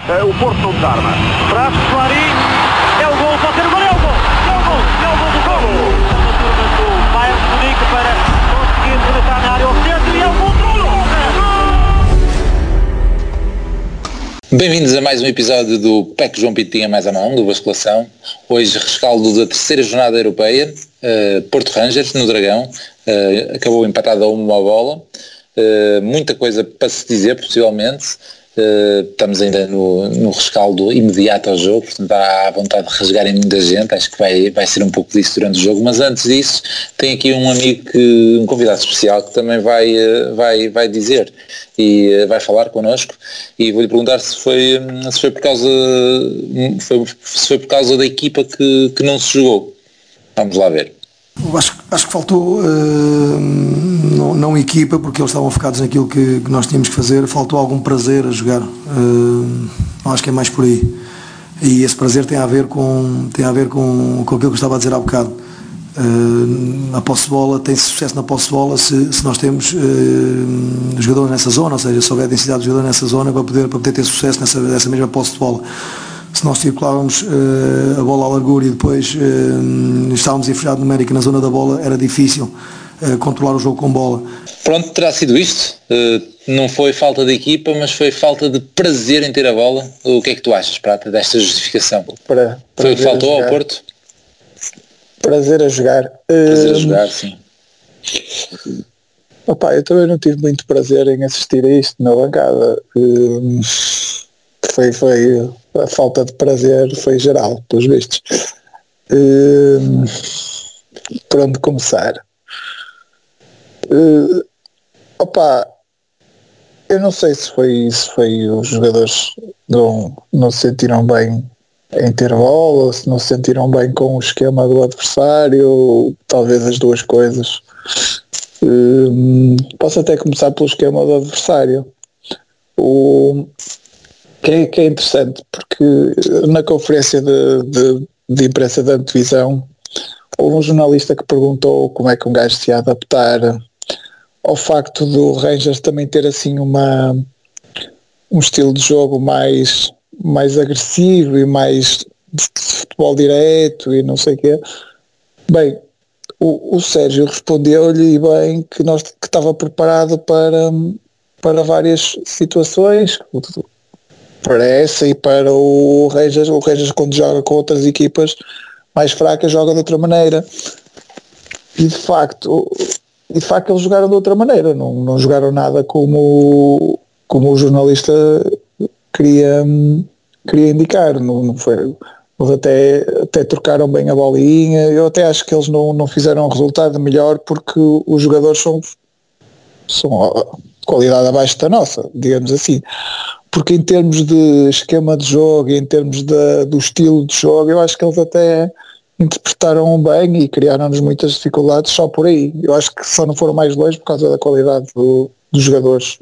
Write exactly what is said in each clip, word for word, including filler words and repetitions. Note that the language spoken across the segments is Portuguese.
uh, o Porto não desarma. Traz Clarim, é o gol, pode ser o gol, é o gol, é o gol, é o gol do gol. A turma do Bayern de Munique para conseguir rematar na área ao centro e é o gol do gol. Bem-vindos a mais um episódio do P E C João Pinto tinha mais à mão, do Basculação. Hoje rescaldo da terceira jornada europeia, uh, Porto Rangers, no Dragão, uh, acabou empatado a uma bola, uh, muita coisa para se dizer possivelmente, uh, estamos ainda no, no rescaldo imediato ao jogo, portanto há vontade de rasgarem muita gente, acho que vai, vai ser um pouco disso durante o jogo, mas antes disso tem aqui um amigo, que, um convidado especial que também vai, uh, vai, vai dizer e uh, vai falar connosco. E vou-lhe perguntar se foi, se foi por causa foi, se foi por causa da equipa que, que não se jogou. Vamos lá ver. Acho, acho que faltou uh, não, não equipa, porque eles estavam focados naquilo que, que nós tínhamos que fazer. Faltou algum prazer a jogar. Uh, acho que é mais por aí. E esse prazer tem a ver com, tem a ver com, com aquilo que eu estava a dizer há bocado. Uh, a posse de bola tem sucesso na posse de bola se, se nós temos uh, jogadores nessa zona, ou seja, se houver densidade de jogador nessa zona para poder, para poder ter sucesso nessa, nessa mesma posse de bola. Se nós circulávamos uh, a bola à largura e depois uh, estávamos inferiores numérica na zona da bola, era difícil uh, controlar o jogo com bola. Pronto, terá sido isto. Uh, não foi falta de equipa, mas foi falta de prazer em ter a bola. O que é que tu achas, Prata, desta justificação? Para, foi o que faltou ao Porto? Prazer a jogar. Prazer a uh, jogar, sim. Opa, eu também não tive muito prazer em assistir a isto na bancada. Uh, foi, foi a falta de prazer foi geral, pelos vistos. Uh, por onde começar? Uh, opa, eu não sei se foi, se foi os jogadores não, não se sentiram bem em ter bola, se não se sentiram bem com o esquema do adversário, talvez as duas coisas. Um, posso até começar pelo esquema do adversário. O, que, é, que é interessante, porque na conferência de, de, de imprensa da televisão houve um jornalista que perguntou como é que um gajo se ia adaptar ao facto do Rangers também ter assim uma, um estilo de jogo mais mais agressivo e mais de futebol direto e não sei o quê. Bem, o, o Sérgio respondeu-lhe e bem que, nós, que estava preparado para, para várias situações, para essa e para o Rangers. O Rangers, quando joga com outras equipas mais fracas, joga de outra maneira. E de facto, de facto eles jogaram de outra maneira, não, não jogaram nada como, como o jornalista queria, queria indicar. Não, não foi, eles até, até trocaram bem a bolinha. Eu até acho que eles não, não fizeram um resultado melhor porque os jogadores são, são de qualidade abaixo da nossa, digamos assim. Porque em termos de esquema de jogo, em termos de, do estilo de jogo, eu acho que eles até interpretaram bem e criaram-nos muitas dificuldades só por aí. Eu acho que só não foram mais longe por causa da qualidade do, dos jogadores.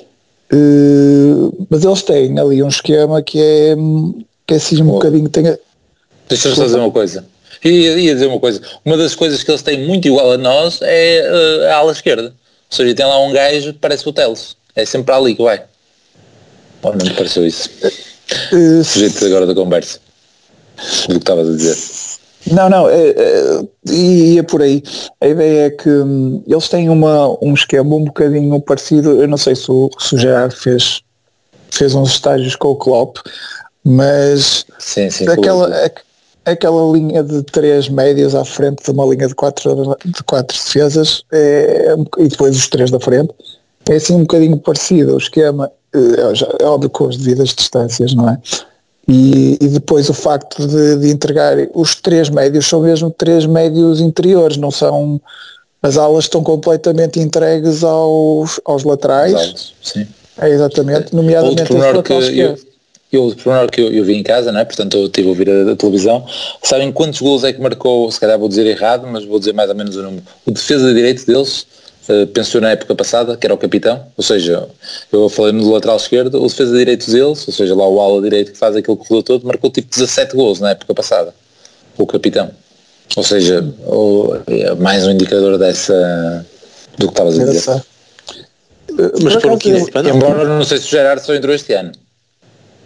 Uh, mas eles têm ali um esquema que é, que é assim um oh. bocadinho... Tem... Deixa-me só dizer uma coisa. Ia, ia dizer uma coisa. Uma das coisas que eles têm muito igual a nós é uh, a ala esquerda. Ou seja, tem lá um gajo que parece o Teles. É sempre para ali que vai. Oh, não me pareceu isso. Uh, Sujeito agora da conversa. Do que estavas a dizer. Não, não, é, é, ia por aí. A ideia é que hum, eles têm uma, um esquema um bocadinho parecido. Eu não sei se o, se o Gerard fez, fez uns estágios com o Klopp, mas sim, sim, aquela, a, aquela linha de três médias à frente de uma linha de quatro, de quatro defesas é, e depois os três da frente, é assim um bocadinho parecido o esquema. É, é óbvio com as devidas distâncias, não é? E, e depois o facto de, de entregar os três médios são mesmo três médios interiores, não são, as alas estão completamente entregues aos, aos laterais. Alas, sim. É exatamente, nomeadamente outro pormenor que eu, eu, outro pormenor que eu, eu vi em casa, não é? Portanto eu estive a ouvir a, a televisão. Sabem quantos golos é que marcou? Se calhar vou dizer errado, mas vou dizer mais ou menos o número. O defesa direito deles Uh, pensou na época passada, que era o capitão, ou seja, eu falei no lateral esquerdo, o defesa direito deles, ou seja, lá o ala direito que faz aquele corredor todo, marcou tipo dezassete gols na época passada, o capitão. Ou seja, o, é mais um indicador dessa, do que estavas a dizer. Mas por aqui, embora não sei se o Gerard só entrou este ano.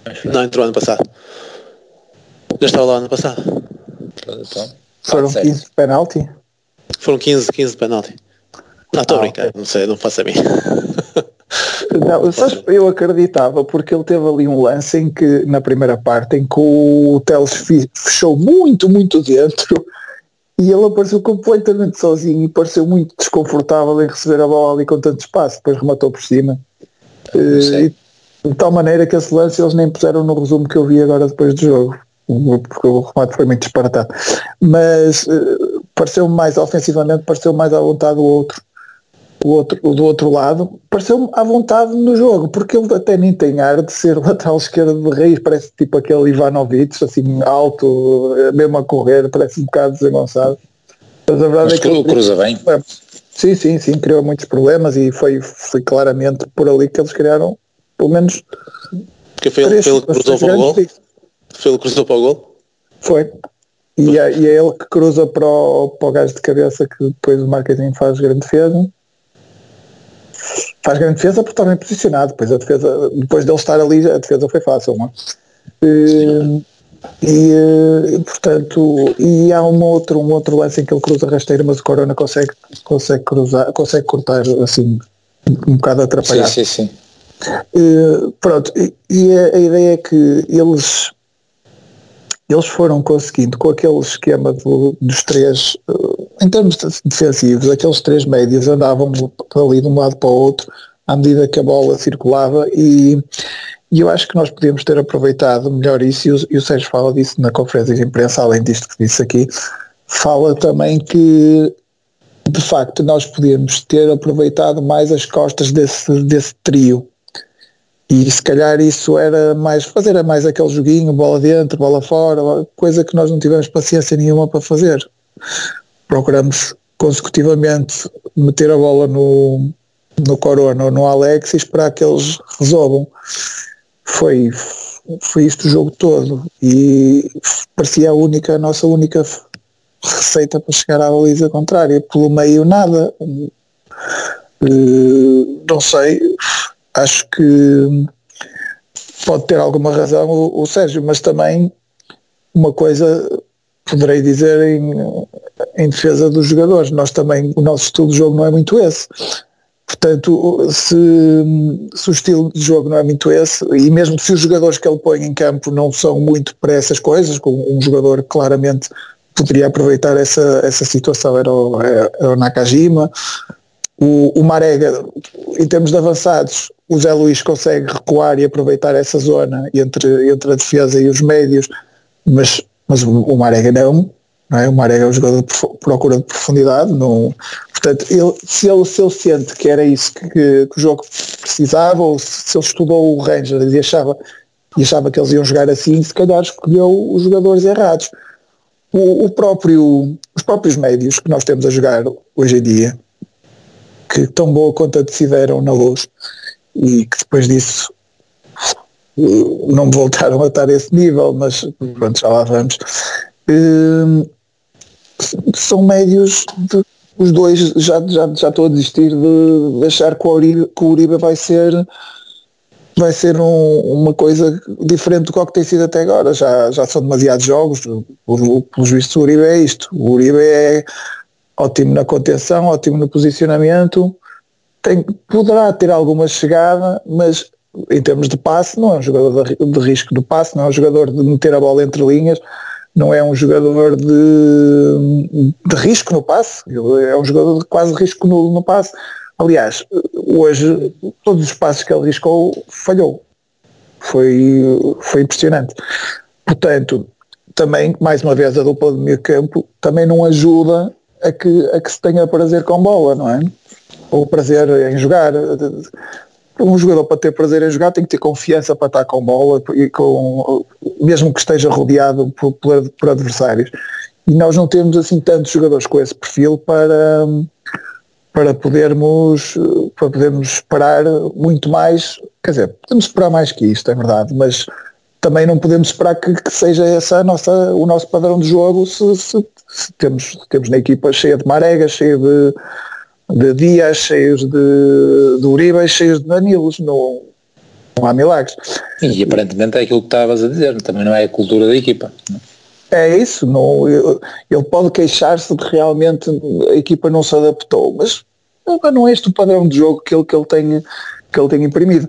Não, entrou ano passado. Já estava lá ano passado. Então, Foram ah, quinze de penalti? Foram quinze, quinze de penalti. Não, estou Ah, a brincar, ok. não sei, não faço a mim. Não, sabes, eu acreditava porque ele teve ali um lance em que, na primeira parte, em que o Teles fi- fechou muito, muito dentro e ele apareceu completamente sozinho e pareceu muito desconfortável em receber a bola ali com tanto espaço, depois rematou por cima. não Eh, sei. e de tal maneira que esse lance eles nem puseram no resumo que eu vi agora depois do jogo, porque o remate foi muito disparatado. Mas eh, pareceu-me mais ofensivamente, pareceu mais à vontade o outro. O outro, o do outro lado, pareceu-me à vontade no jogo, porque ele até nem tem ar de ser lateral esquerdo de raiz, parece tipo aquele Ivanovic, assim alto, mesmo a correr, parece um bocado desengonçado. Mas a verdade Mas é que cru- ele, cruza bem. sim, sim, sim, criou muitos problemas e foi, foi claramente por ali que eles criaram pelo menos Porque foi ele, três foi ele que cruzou situações para o grandes gol? perigos. Foi ele que cruzou para o gol? Foi. E é, e é ele que cruza para o, para o gajo de cabeça que depois o Marquezinho faz grande defesa. Faz grande defesa porque está bem posicionado. Depois, a defesa, depois dele estar ali, a defesa foi fácil, não é? E, e, e, portanto, e há um outro, um outro lance em que ele cruza rasteiro, mas o Corona consegue, consegue cruzar, consegue cortar assim, um bocado Sim, atrapalhado. sim, sim. E, pronto, e, e a, a ideia é que eles eles foram conseguindo com aquele esquema do, dos três, uh, em termos de- defensivos, aqueles três médios andavam ali de um lado para o outro à medida que a bola circulava e, e eu acho que nós podíamos ter aproveitado melhor isso e o, e o Sérgio fala disso na conferência de imprensa, além disto que disse aqui, fala também que de facto nós podíamos ter aproveitado mais as costas desse, desse trio. E se calhar isso era mais, fazer mais aquele joguinho, bola dentro, bola fora, coisa que nós não tivemos paciência nenhuma para fazer. Procuramos consecutivamente meter a bola no, no Corona ou no Alex e esperar que eles resolvam. Foi, foi isto o jogo todo e parecia a única, a nossa única receita para chegar à baliza contrária. Pelo meio nada. Uh, não sei, acho que pode ter alguma razão o, o Sérgio, mas também uma coisa poderei dizer em, em defesa dos jogadores, nós também, o nosso estilo de jogo não é muito esse. Portanto, se, se o estilo de jogo não é muito esse, e mesmo se os jogadores que ele põe em campo não são muito para essas coisas, como um jogador claramente poderia aproveitar essa, essa situação, era o, era o Nakajima, o, o Marega, em termos de avançados, o Zé Luís consegue recuar e aproveitar essa zona entre, entre a defesa e os médios, mas, mas o, o Marega não, não é? O Marega é um jogador de procura de profundidade, não, portanto, ele, se, ele, se ele sente que era isso que, que, que o jogo precisava, ou se, se ele estudou o Rangers e achava, e achava que eles iam jogar assim, se calhar escolheu os jogadores errados. O, o próprio, os próprios médios que nós temos a jogar hoje em dia, que tão boa conta decidiram na Luz e que depois disso uh, não voltaram a estar a esse nível, mas pronto, já lá vamos. Uh, são médios de, os dois, já, já, já estou a desistir de, de achar que o Uribe, que o Uribe vai ser vai ser um, uma coisa diferente do que tem sido até agora. Já, já são demasiados jogos, pelos vistos o Uribe é isto. O Uribe é ótimo na contenção, ótimo no posicionamento, tem, poderá ter alguma chegada, mas em termos de passe não é um jogador de, de risco do passe, não é um jogador de meter a bola entre linhas, não é um jogador de, de risco no passe, é um jogador de quase risco nulo no passe. Aliás, hoje todos os passos que ele riscou falhou, foi, foi impressionante. Portanto, também, mais uma vez, a dupla de meio campo também não ajuda a que, a que se tenha prazer com bola, não é? Ou prazer em jogar. Um jogador para ter prazer em jogar tem que ter confiança para estar com bola, e com, mesmo que esteja rodeado por, por, por adversários. E nós não temos assim tantos jogadores com esse perfil para, para, podermos, para podermos esperar muito mais. Quer dizer, podemos esperar mais que isto, é verdade, mas também não podemos esperar que, que seja essa a nossa, o nosso padrão de jogo se, se, se temos, temos na equipa cheia de Marega, cheia de, de Dias, cheios de, de Uribe, cheios de Danilos. Não, não há milagres. E aparentemente é aquilo que estavas a dizer, também não é a cultura da equipa. É isso, não, ele pode queixar-se de que realmente a equipa não se adaptou, mas não é este o padrão de jogo que ele, que ele, tem, que ele tem imprimido.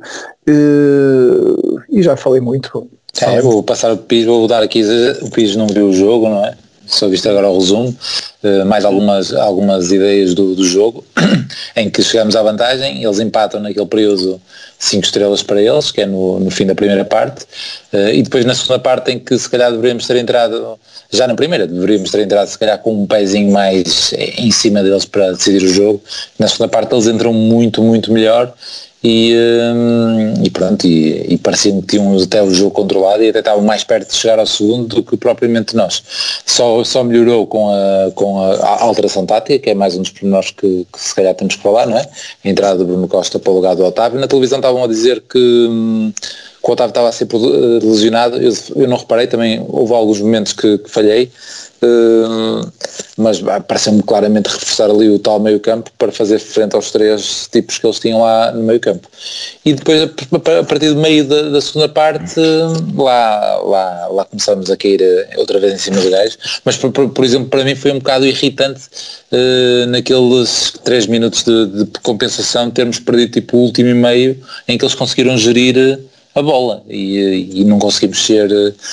E já falei muito. É, vou passar o Pires, vou dar aqui, o Pires não viu o jogo, não é? Só viste agora o resumo, uh, mais algumas, algumas ideias do, do jogo, em que chegamos à vantagem, eles empatam naquele período cinco estrelas para eles, que é no, no fim da primeira parte, uh, e depois na segunda parte em que se calhar deveríamos ter entrado, já na primeira, deveríamos ter entrado se calhar com um pezinho mais em cima deles para decidir o jogo. Na segunda parte eles entram muito, muito melhor, E, um, e pronto, e, e parecia-me que tinham até o jogo controlado e até estavam mais perto de chegar ao segundo do que propriamente nós. Só, só melhorou com, a, com a, a alteração tática, que é mais um dos pormenores que, que se calhar temos que falar, não é? A entrada do Bruno Costa para o lugar do Otávio. Na televisão estavam a dizer que, hum, que o Otávio estava a ser lesionado. Eu, eu não reparei, também houve alguns momentos que, que falhei. Uh, mas pareceu-me claramente reforçar ali o tal meio campo para fazer frente aos três tipos que eles tinham lá no meio campo. E depois a partir do meio da, da segunda parte lá, lá, lá começamos a cair outra vez em cima dos gajos, mas por, por, por exemplo para mim foi um bocado irritante uh, naqueles três minutos de, de compensação termos perdido tipo o último e meio em que eles conseguiram gerir a bola e, e não conseguimos ser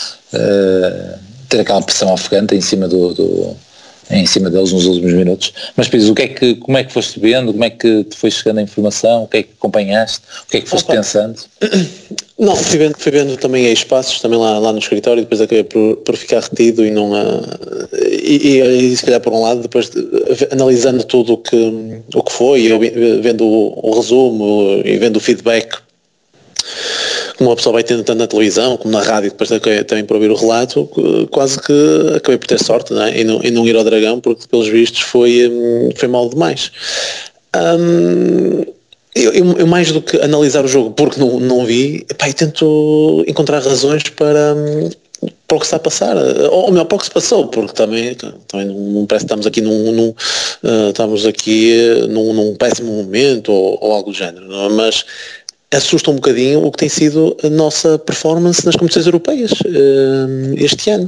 uh, ter aquela pressão ofegante em cima do, do em cima deles nos últimos minutos. Mas Pires, o que é que, como é que foste vendo, como é que te foi chegando a informação, o que é que acompanhaste, o que é que foste Opa. pensando? Não, fui vendo, fui vendo também a espaços, também lá, lá no escritório, depois acabei por, por ficar retido e não uh, e, e, e se calhar por um lado, depois de, analisando tudo o que, o que foi, eu, vendo o, o resumo e vendo o feedback, como uma pessoa vai tendo tanto na televisão como na rádio, depois também para ouvir o relato, quase que acabei por ter sorte, não é? e, não, e não ir ao Dragão, porque pelos vistos foi, foi mal demais. Hum, eu, eu mais do que analisar o jogo porque não, não vi, epá, eu tento encontrar razões para, para o que está a passar, ou melhor, para o que se passou, porque também, também não, não parece que estamos aqui num, num, uh, estamos aqui num, num péssimo momento ou, ou algo do género, não é? Mas assusta um bocadinho o que tem sido a nossa performance nas competições europeias uh, este ano.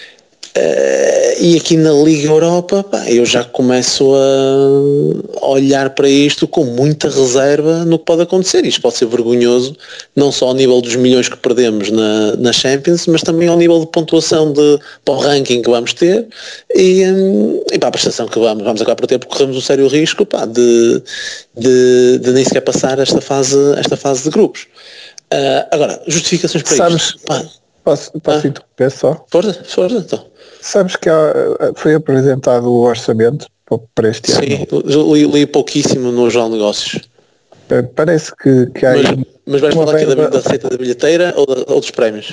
Uh, e aqui na Liga Europa, pá, eu já começo a olhar para isto com muita reserva no que pode acontecer. Isto pode ser vergonhoso, não só ao nível dos milhões que perdemos na, na Champions, mas também ao nível de pontuação de, para o ranking que vamos ter e, um, e para a prestação que vamos, vamos acabar por ter, porque corremos um sério risco, pá, de, de, de nem sequer passar esta fase, esta fase de grupos. Uh, agora, justificações para Sabes, isto. Pá, posso posso ah, interromper só? Força, força, então. Sabes que há, foi apresentado o orçamento para este Sim, ano? Sim, li, li pouquíssimo no Jornal de Negócios. Parece que, que há... Mas, mas vais falar aqui da, da receita da bilheteira ou, da, ou dos prémios?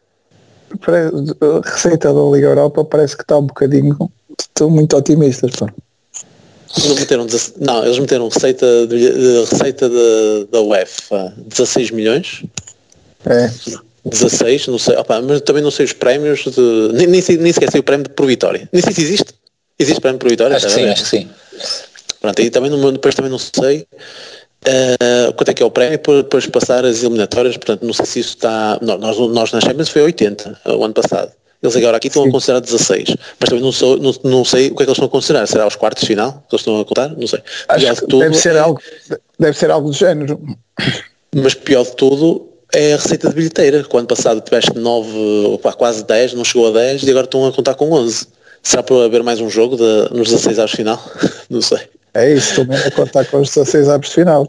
A receita da Liga Europa parece que está um bocadinho... Estão muito otimistas, pá. Não, meteram, não, eles meteram receita, de, de, receita de, da UEFA dezasseis milhões. É. dezasseis, não sei, opa, mas também não sei os prémios de, nem, nem, sei, nem sequer sei o prémio de por vitória, nem sei se existe existe prémio por vitória, acho que sim, acho que sim. Pronto, e também no, depois também não sei uh, quanto é que é o prémio para depois passar as eliminatórias, portanto não sei se isso está, não, nós, nós na Champions foi oitenta o ano passado, eles agora aqui estão sim. a considerar dezasseis, mas também não, sou, não, não sei o que é que eles estão a considerar, será os quartos de final que eles estão a contar, não sei. Acho que tudo, deve ser algo deve ser algo do género, mas pior de tudo é a receita de bilheteira, que o ano passado tiveste nove, opa, quase dez, não chegou a dez e agora estão a contar com onze. Será para haver mais um jogo de, nos dezasseis avos final? Não sei. É isso, estou mesmo a contar com os dezasseis avos final.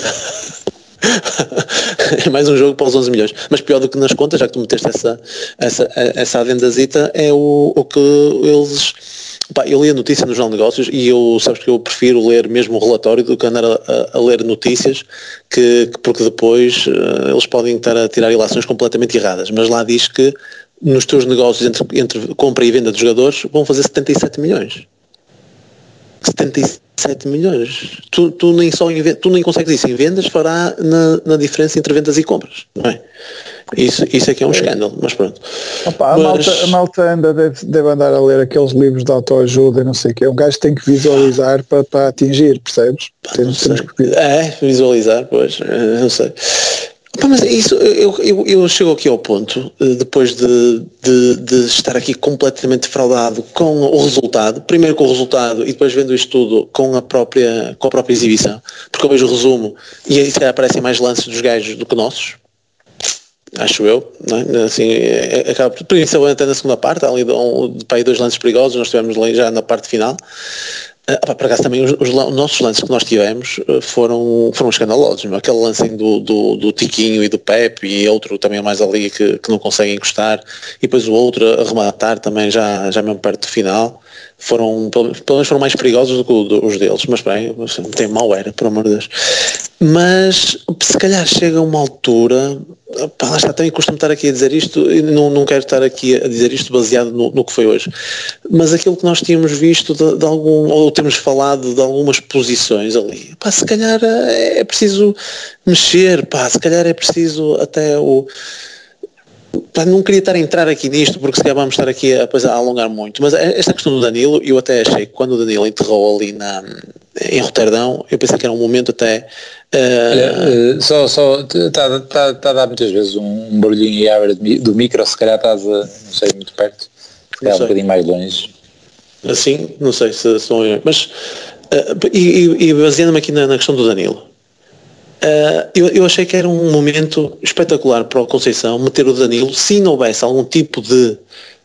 É mais um jogo para os onze milhões. Mas pior do que nas contas, já que tu meteste essa, essa, essa adendazita, é o, o que eles... Pá, eu li a notícia no Jornal de Negócios e eu, sabes que eu prefiro ler mesmo o relatório do que andar a, a, a ler notícias, que, que porque depois uh, eles podem estar a tirar ilações completamente erradas, mas lá diz que nos teus negócios entre, entre compra e venda de jogadores vão fazer setenta e sete milhões. setenta e sete milhões. Tu, tu, nem, só em, tu nem consegues isso em vendas, fará na, na diferença entre vendas e compras, não é? Isso, isso é que é um escândalo, mas pronto. Opa, a, mas... malta, a malta anda deve, deve andar a ler aqueles livros de autoajuda e não sei o que. Um gajo tem que visualizar para, para atingir, percebes? Tem, temos que... É, visualizar, pois, não sei. Pá, mas isso, eu, eu, eu chego aqui ao ponto, depois de, de, de estar aqui completamente defraudado com o resultado, primeiro com o resultado e depois vendo isto tudo com a própria, com a própria exibição, porque eu vejo o resumo e aí se calhar aparecem mais lances dos gajos do que nossos, acho eu, não é? Assim, é, acaba, principalmente até na segunda parte, há ali um, de, de, dois lances perigosos, nós tivemos ali já na parte final. Ah, por acaso também os, os, os nossos lances que nós tivemos foram, foram escandalosos, meu. Aquele lance do, do, do Tiquinho e do Pepe e outro também mais ali que, que não consegue encostar e depois o outro a rematar também já, já mesmo perto do final, foram, pelo, pelo menos foram mais perigosos do que os deles, mas bem, tem mal era, por amor de Deus. Mas se calhar chega a uma altura, pá, lá está, também costumo estar aqui a dizer isto e não, não quero estar aqui a dizer isto baseado no, no que foi hoje, mas aquilo que nós tínhamos visto de, de algum, ou temos falado de algumas posições ali, pá, se calhar é preciso mexer, pá, se calhar é preciso até o... Pá, não queria estar a entrar aqui nisto porque se calhar vamos estar aqui a, depois a alongar muito, mas esta questão do Danilo, eu até achei que quando o Danilo enterrou ali na, em Roterdão, eu pensei que era um momento até uh... Olha, uh, só só está tá, tá a dar muitas vezes um, um barulhinho e abre do micro, se calhar estás a, não sei, muito perto, se calhar um bocadinho mais longe. Assim, não sei se estão a... mas uh, e, e baseando-me aqui na, na questão do Danilo, Uh, eu, eu achei que era um momento espetacular para o Conceição meter o Danilo, se não houvesse algum tipo de,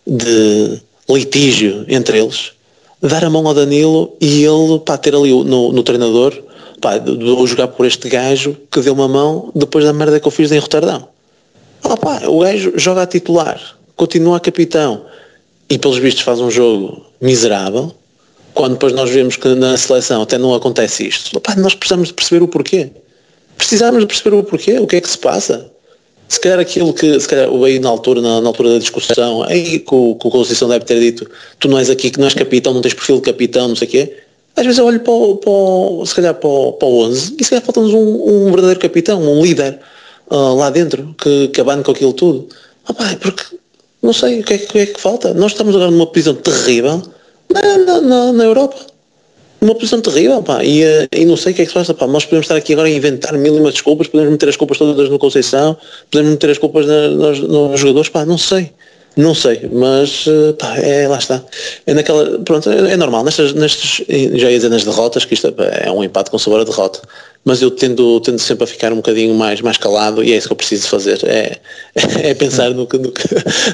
de litígio entre eles, dar a mão ao Danilo e ele, pá, ter ali no, no treinador, pá, vou jogar por este gajo que deu uma mão depois da merda que eu fiz em Roterdão. Ah, pá, o gajo joga a titular, continua a capitão e pelos vistos faz um jogo miserável, quando depois nós vemos que na seleção até não acontece isto. Pá, nós precisamos de perceber o porquê. Precisamos de perceber o porquê, o que é que se passa. Se calhar aquilo que, se calhar, aí na altura, na, na altura da discussão, aí que o, que o Conceição deve ter dito, tu não és aqui, que não és capitão, não tens perfil de capitão, não sei o quê. Às vezes eu olho para o, para o, se calhar para o, para o onze e se calhar falta-nos um, um verdadeiro capitão, um líder uh, lá dentro, que, que abane com aquilo tudo. Ah, pá, porque, não sei, o que é, o que é que falta? Nós estamos agora numa posição terrível na, na, na, na Europa. Uma posição terrível, pá, e, e não sei o que é que se passa, pá, nós podemos estar aqui agora a inventar mil e uma desculpas, podemos meter as culpas todas no Conceição, podemos meter as culpas na, nos, nos jogadores, pá, não sei, não sei, mas, pá, é, lá está, é naquela, pronto, é, é normal, nestas, nestes, já ia dizer nas derrotas, que isto é, é um empate com sabor a derrota, mas eu tendo, tendo sempre a ficar um bocadinho mais, mais calado e é isso que eu preciso fazer, é, é, é pensar no que, no que,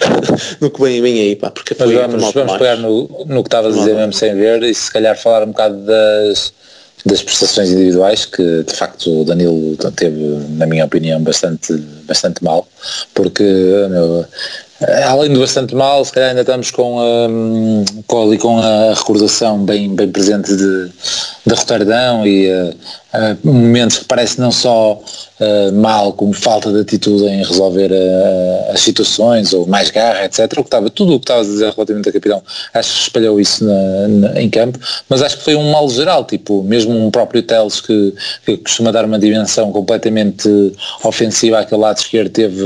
no que vem, vem aí, pá, porque mas foi, vamos, vamos pegar no, no que estavas a dizer mesmo sem ver e se calhar falar um bocado das, das prestações individuais, que de facto o Danilo teve, na minha opinião, bastante, bastante mal, porque meu, além de bastante mal, se calhar ainda estamos com a, com, ali, com a recordação bem, bem presente de, de Roterdão e uh, uh, momentos que parece não só uh, mal, como falta de atitude em resolver uh, as situações ou mais garra, etcétera. O que estava, tudo o que estavas a dizer relativamente a capitão, acho que espalhou isso na, na, em campo, mas acho que foi um mal geral, tipo, mesmo um próprio Teles que, que costuma dar uma dimensão completamente ofensiva àquele lado esquerdo, teve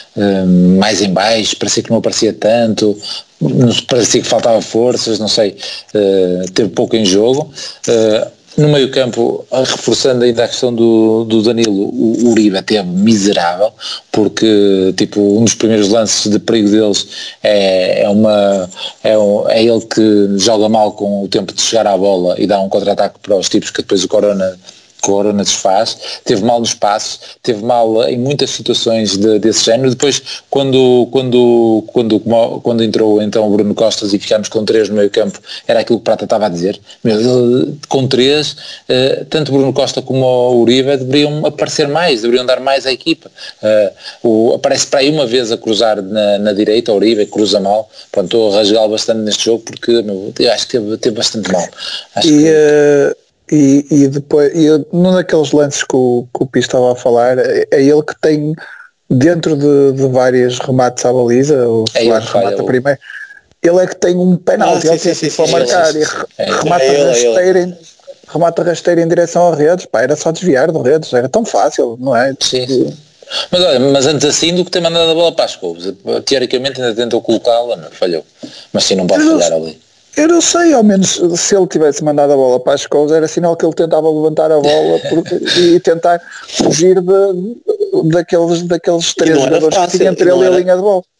uh, mais em baixo, parecia que não aparecia tanto, parecia que faltava forças, não sei, uh, teve pouco em jogo. Uh, no meio campo, reforçando ainda a questão do, do Danilo, o Uribe teve miserável, porque tipo, um dos primeiros lances de perigo deles é, é, uma, é, um, é ele que joga mal com o tempo de chegar à bola e dá um contra-ataque para os tipos que depois o Corona Corona desfaz, teve mal nos passos, teve mal em muitas situações de, desse género. Depois quando, quando, quando, quando entrou então o Bruno Costas e ficámos com três no meio campo, era aquilo que o Prata estava a dizer, meu, com três, uh, tanto o Bruno Costa como o Uribe deveriam aparecer mais, deveriam dar mais à equipa. Uh, o, aparece para aí uma vez a cruzar na, na direita, o Uribe cruza mal. Pronto, estou a rasgá-lo bastante neste jogo porque meu, eu acho que teve, teve bastante mal. Acho e, que... uh... E, e depois, e num daqueles lances que o, que o Pi estava a falar, é, é ele que tem, dentro de, de vários remates à baliza, o é Soares remata primeiro, ele é que tem um penalti, ah, ele sim, tem sim, para sim, marcar sim, e sim, é, remata é ele, rasteiro, é em, remata rasteiro em direção ao Redes, pá, era só desviar do Redes, era tão fácil, não é? Sim, sim. Mas olha, mas antes assim do que ter mandado a bola para as couves, teoricamente ainda tentou colocá-la, não falhou, mas sim, não pode falhar ali. Eu não sei, ao menos se ele tivesse mandado a bola para as Scholes, era sinal que ele tentava levantar a bola porque, e tentar fugir de, daqueles, daqueles três jogadores fácil, que tinham entre ele e a linha de bola.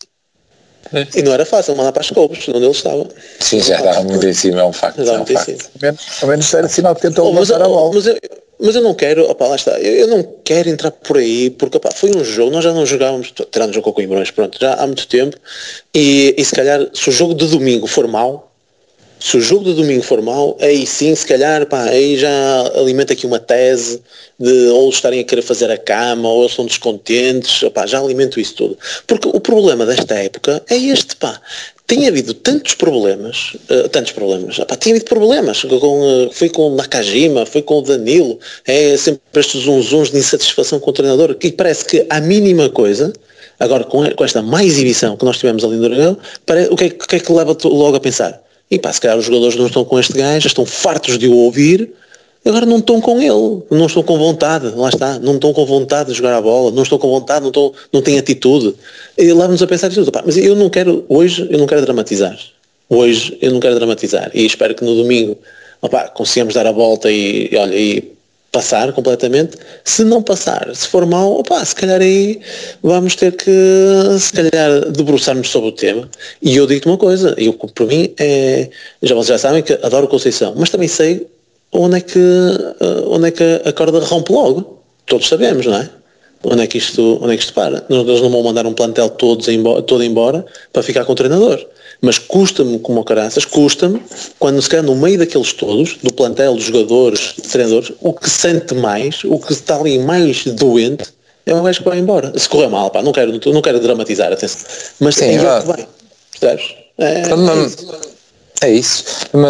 E não era fácil mandar para as Scholes, onde ele estava. Sim, já estava muito em cima, é um facto. É um facto. Ao, menos, ao menos era sinal que tentou oh, levantar mas, a bola. Mas eu, mas eu não quero, opa, lá está, eu, eu não quero entrar por aí, porque opa, foi um jogo, nós já não jogávamos, tirando o jogo com o Coimbra, mas pronto, já há muito tempo, e, e se calhar, se o jogo de domingo for mau, se o jogo de domingo for mau, aí sim, se calhar, pá, aí já alimenta aqui uma tese de ou estarem a querer fazer a cama, ou eles são descontentes, opá, já alimento isso tudo. Porque o problema desta época é este, pá. Tem havido tantos problemas, uh, tantos problemas, opá, tem havido problemas, com, uh, foi com o Nakajima, foi com o Danilo, é sempre estes zunzuns de insatisfação com o treinador, que parece que a mínima coisa, agora com, com esta má exibição que nós tivemos ali no Dragão, o que é, que é que leva logo a pensar? E pá, se calhar os jogadores não estão com este gajo, estão fartos de o ouvir, agora não estão com ele, não estão com vontade, lá está, não estão com vontade de jogar a bola, não estão com vontade, não, estão, não têm atitude. E leva-nos a pensar isso, pá, mas eu não quero, hoje eu não quero dramatizar, hoje eu não quero dramatizar, e espero que no domingo, opá, consigamos dar a volta e, e olha, e passar completamente. Se não passar, se for mau, opá, se calhar aí vamos ter que se calhar debruçar-nos sobre o tema. E eu digo-te uma coisa, eu, para mim é, já vocês já sabem que adoro o Conceição, mas também sei onde é que onde é que a corda rompe logo. Todos sabemos, não é? Onde é que isto, onde é que isto para? Eles não vão mandar um plantel todos embora, todo embora para ficar com o treinador. Mas custa-me como caraças, custa-me, quando se calhar no meio daqueles todos, do plantel, dos jogadores, dos treinadores, o que sente mais, o que está ali mais doente, é o gajo que vai embora. Se correr mal, pá, não quero, não quero dramatizar, atenção. Mas sim, é o que vai. Percebes? É, é isso. É isso,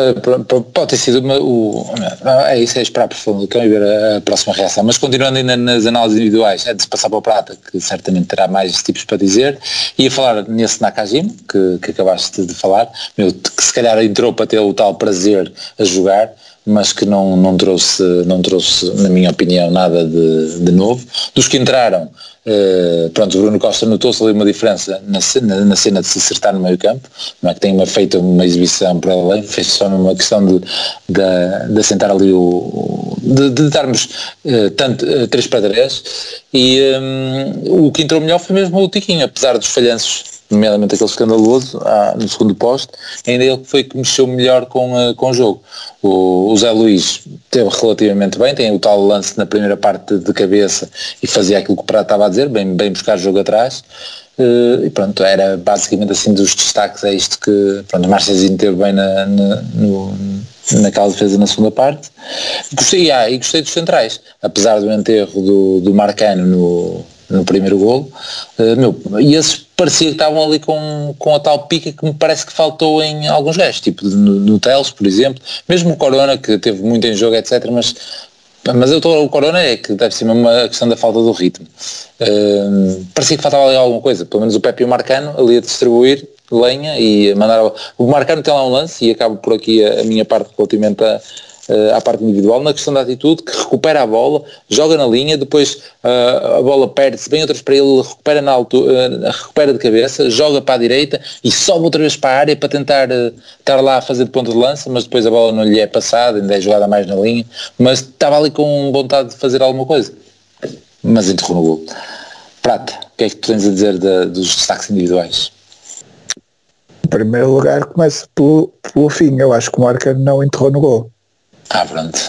pode ter sido uma, o, é isso, é esperar por fundo do cão e ver a, a próxima reação, mas continuando ainda nas análises individuais, antes de passar para o Prata, que certamente terá mais tipos para dizer, ia falar nesse Nakajima, que, que acabaste de falar, meu, que se calhar entrou para ter o tal prazer a jogar, mas que não, não, trouxe, não trouxe, na minha opinião, nada de, de novo. Dos que entraram, Uh, pronto, o Bruno Costa notou-se ali uma diferença na cena, na cena de se acertar no meio campo, não é que tenha feito uma exibição para além, fez só numa questão de, de, de assentar ali o, de, de darmos uh, tanto, uh, três para três, e um, o que entrou melhor foi mesmo o Tiquinho, apesar dos falhanços, nomeadamente aquele escandaloso ah, no segundo posto, ainda ele foi que mexeu melhor com, uh, com o jogo. O, o Zé Luís teve relativamente bem, tem o tal lance na primeira parte de cabeça e fazia aquilo que o Prato estava a dizer, bem, bem buscar o jogo atrás, uh, e pronto, era basicamente assim dos destaques, é isto que, pronto, o Marcezinho teve bem na, na, no, naquela defesa na segunda parte. Gostei, ah, e gostei dos centrais, apesar do enterro do, do Marcano no, no primeiro golo, uh, meu, e esses parecia que estavam ali com, com a tal pica que me parece que faltou em alguns gajos, tipo no, no Teles, por exemplo, mesmo o Corona, que teve muito em jogo, etcétera, mas, mas eu estou, o Corona é que deve ser mesmo uma questão da falta do ritmo. Uh, parecia que faltava ali alguma coisa, pelo menos o Pepe e o Marcano ali a distribuir lenha e a mandar... O Marcano tem lá um lance, e acabo por aqui a, a minha parte relativamente a Uh, à parte individual, na questão da atitude, que recupera a bola, joga na linha, depois uh, a bola perde-se, vem outras para ele, recupera, na altura, uh, recupera de cabeça, joga para a direita e sobe outra vez para a área para tentar uh, estar lá a fazer de ponta de lança, mas depois a bola não lhe é passada, ainda é jogada mais na linha, mas estava ali com vontade de fazer alguma coisa, mas enterrou no gol. Prata, o que é que tu tens a dizer de, dos destaques individuais? Em primeiro lugar, começo pelo, pelo fim. Eu acho que o Marcano não enterrou no gol. Ah, pronto.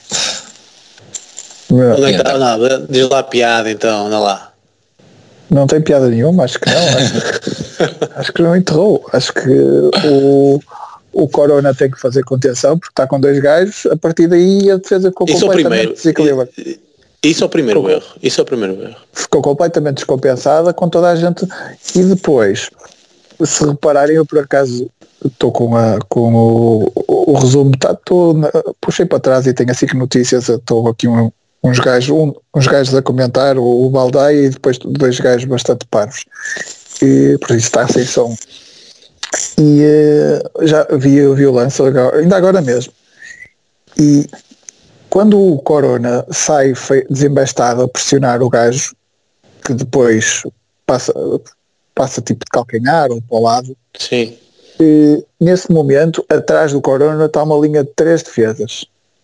Onde é que está? Não, diz lá a piada então, anda lá. Não tem piada nenhuma, acho que não. Acho, acho que não enterrou. Acho que o, o Corona tem que fazer contenção porque está com dois gajos. A partir daí a defesa ficou isso completamente desequilibrada. Isso é o primeiro ficou, erro. Isso é o primeiro erro. Ficou completamente descompensada com toda a gente. E depois, se repararem, eu por acaso estou com, a, com o, o, o resumo, tá, tô na, puxei para trás e tenho assim que notícias, estou aqui um, uns gajos um, uns gajos a comentar, o, o Baldaia e depois dois gajos bastante parvos, e por isso está sem som. E uh, já vi a violência ainda agora mesmo, e quando o Corona sai desembestado a pressionar o gajo, que depois passa, passa tipo de calcanhar ou para o lado. Sim. E, nesse momento, atrás do Corona está uma linha de três defesas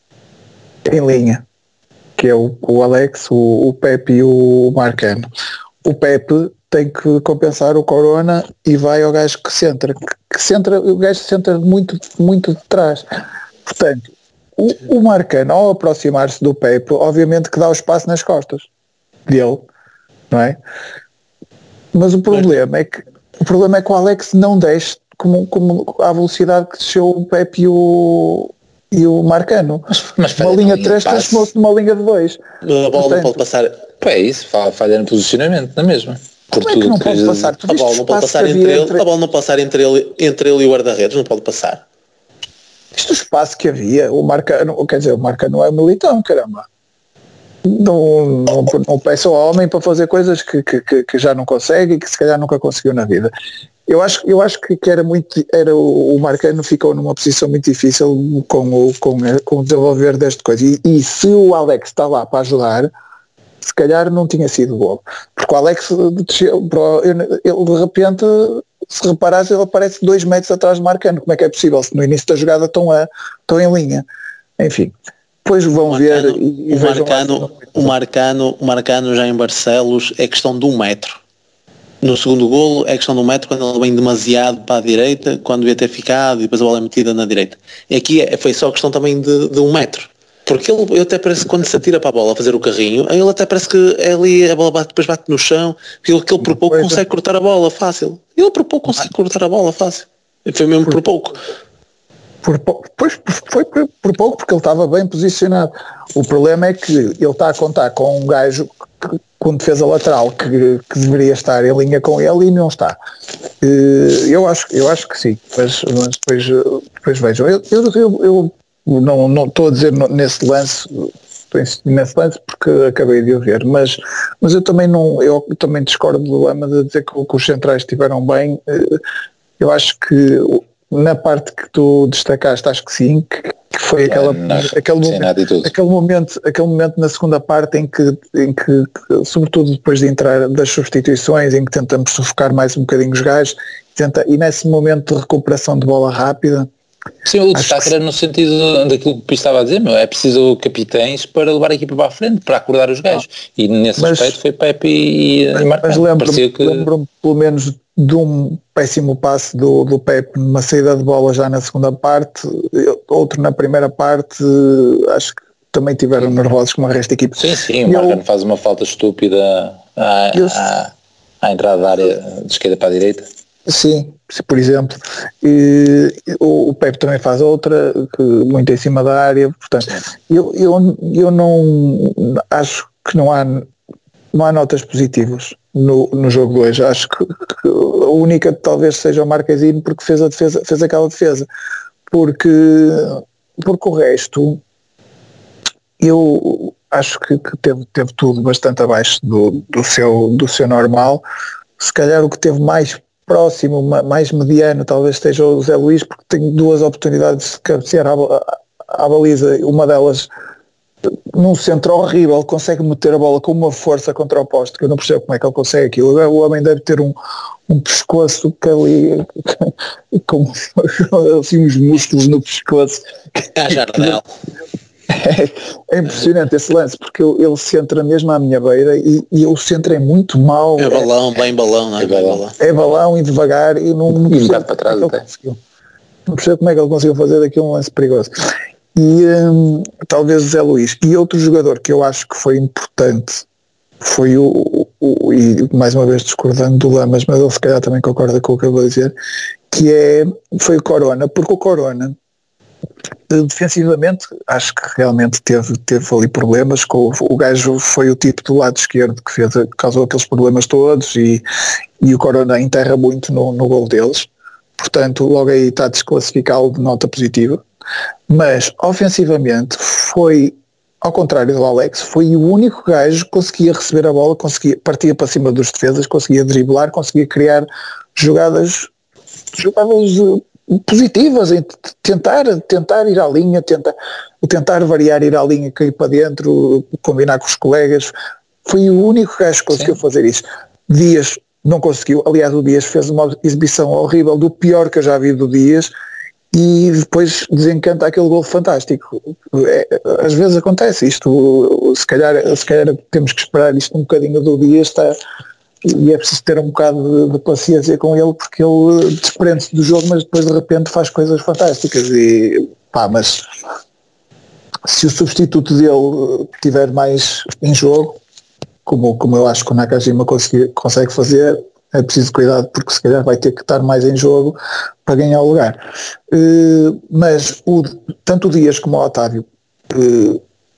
em linha, que é o, o Alex, o, o Pepe e o Marcano. O Pepe tem que compensar o Corona e vai ao gajo que centra, que, que centra, o gajo centra muito, muito de trás. Portanto, o, o Marcano, ao aproximar-se do Pepe, obviamente que dá o espaço nas costas dele, não é? Mas o problema é que o problema é que o Alex não desce como, como à velocidade que desceu o Pepe e o, e o Marcano. Mas, mas uma linha de três transformou-se numa linha de dois. A bola Portanto, não pode passar. Pô, é isso, falha no posicionamento, não é mesmo? Como é que não pode passar? A bola não pode passar entre ele, entre... a bola não passar entre ele, entre ele e o guarda-redes, não pode passar. Isto o espaço que havia, o Marcano, quer dizer, o Marcano é militão, caramba. Não, não, não peça ao homem para fazer coisas que, que, que já não consegue e que se calhar nunca conseguiu na vida. Eu acho, eu acho que era muito, era o, o Marcano ficou numa posição muito difícil com o, com, com o desenvolver desta coisa. E, e se o Alex está lá para ajudar, se calhar não tinha sido bom. Porque o Alex, ele de repente, se reparares, ele aparece dois metros atrás de Marcano. Como é que é possível? Se no início da jogada estão, a, estão em linha. Enfim. Depois vão o ver Marcano, e, e o, Marcano, o, Marcano, o Marcano já em Barcelos é questão de um metro. No segundo golo é questão de um metro quando ele vem demasiado para a direita, quando devia ter ficado e depois a bola é metida na direita. E aqui é, foi só questão também de, de um metro. Porque ele, ele até parece que quando se atira para a bola a fazer o carrinho, ele até parece que é ali a bola bate, depois bate no chão, porque ele, que ele por pouco consegue cortar a bola fácil. Ele por pouco consegue cortar a bola fácil. Foi mesmo por pouco. Por, pois, foi por, por pouco porque ele estava bem posicionado. O problema é que ele está a contar com um gajo que, com defesa lateral que, que deveria estar em linha com ele e não está. Eu acho, eu acho que sim, mas, mas depois, depois vejam. Eu, eu, eu, eu não, não estou a dizer nesse lance, nesse lance porque acabei de o ver, mas, mas eu também não, eu também discordo do Lama de dizer que, que os centrais estiveram bem. Eu acho que na parte que tu destacaste, acho que sim, que, que foi aquela, é, não, aquele, sim, momento, aquele, momento, aquele momento na segunda parte em que, em que, sobretudo depois de entrar das substituições, em que tentamos sufocar mais um bocadinho os gajos, tenta, e nesse momento de recuperação de bola rápida. Sim, o destaque era no sentido daquilo que o estava a dizer, meu, é preciso capitães para levar a equipa para a frente, para acordar os gajos, e nesse mas, aspecto foi Pepe e, e Marcano. Mas lembro-me, que... lembro-me pelo menos de um péssimo passe do, do Pepe numa saída de bola já na segunda parte, outro na primeira parte, acho que também tiveram nervosos com o resto da equipe. Sim, sim, o Marcano eu... faz uma falta estúpida à, eu... à, à entrada da área de esquerda para a direita. Sim, por exemplo, e, o, o Pepe também faz outra, que, muito em cima da área, portanto, eu, eu, eu não acho que não há, não há notas positivas no, no jogo de hoje. Acho que, que a única talvez seja o Marquezine, porque fez a defesa, fez aquela defesa, porque, porque o resto eu acho que, que teve, teve tudo bastante abaixo do, do, seu, do seu normal. Se calhar o que teve mais próximo, mais mediano, talvez esteja o Zé Luís, porque tem duas oportunidades de cabecear à, à, à baliza, uma delas num centro horrível, consegue meter a bola com uma força contra o poste, que eu não percebo como é que ele consegue aquilo. O homem deve ter um, um pescoço que ali com assim uns músculos no pescoço. É Jardel. É, é impressionante esse lance, porque ele centra mesmo à minha beira e, e o centro é muito mau. É balão, bem balão, não é? É balão, é balão e devagar e não, não percebo para trás como é que ele não percebo como é que ele conseguiu fazer daquilo um lance perigoso. E hum, talvez o Zé Luís. E outro jogador que eu acho que foi importante foi o, o, o e mais uma vez discordando do Lamas, mas ele se calhar também concorda com o que eu vou dizer, que é, foi o Corona, porque o Corona defensivamente acho que realmente teve, teve ali problemas com o, o gajo foi o tipo do lado esquerdo que fez, causou aqueles problemas todos e, e o Corona enterra muito no, no gol deles, portanto logo aí está a desclassificá-lo de nota positiva, mas ofensivamente foi, ao contrário do Alex, foi o único gajo que conseguia receber a bola, conseguia, partia para cima dos defesas, conseguia driblar, conseguia criar jogadas jogadas positivas, em tentar, tentar ir à linha, tentar, tentar variar, ir à linha, cair para dentro, combinar com os colegas. Foi o único gajo que conseguiu Sim. fazer isso. Dias não conseguiu. Aliás, o Dias fez uma exibição horrível, do pior que eu já vi do Dias, e depois desencanta aquele gol fantástico. É, às vezes acontece isto, se calhar, se calhar temos que esperar isto um bocadinho do Dias, está, e é preciso ter um bocado de, de paciência com ele, porque ele desprende-se do jogo, mas depois de repente faz coisas fantásticas. E pá, mas se o substituto dele estiver mais em jogo, como, como eu acho que o Nakajima consegue, consegue fazer, é preciso cuidado, porque se calhar vai ter que estar mais em jogo para ganhar o lugar. Uh, mas o, tanto o Dias como o Otávio, uh,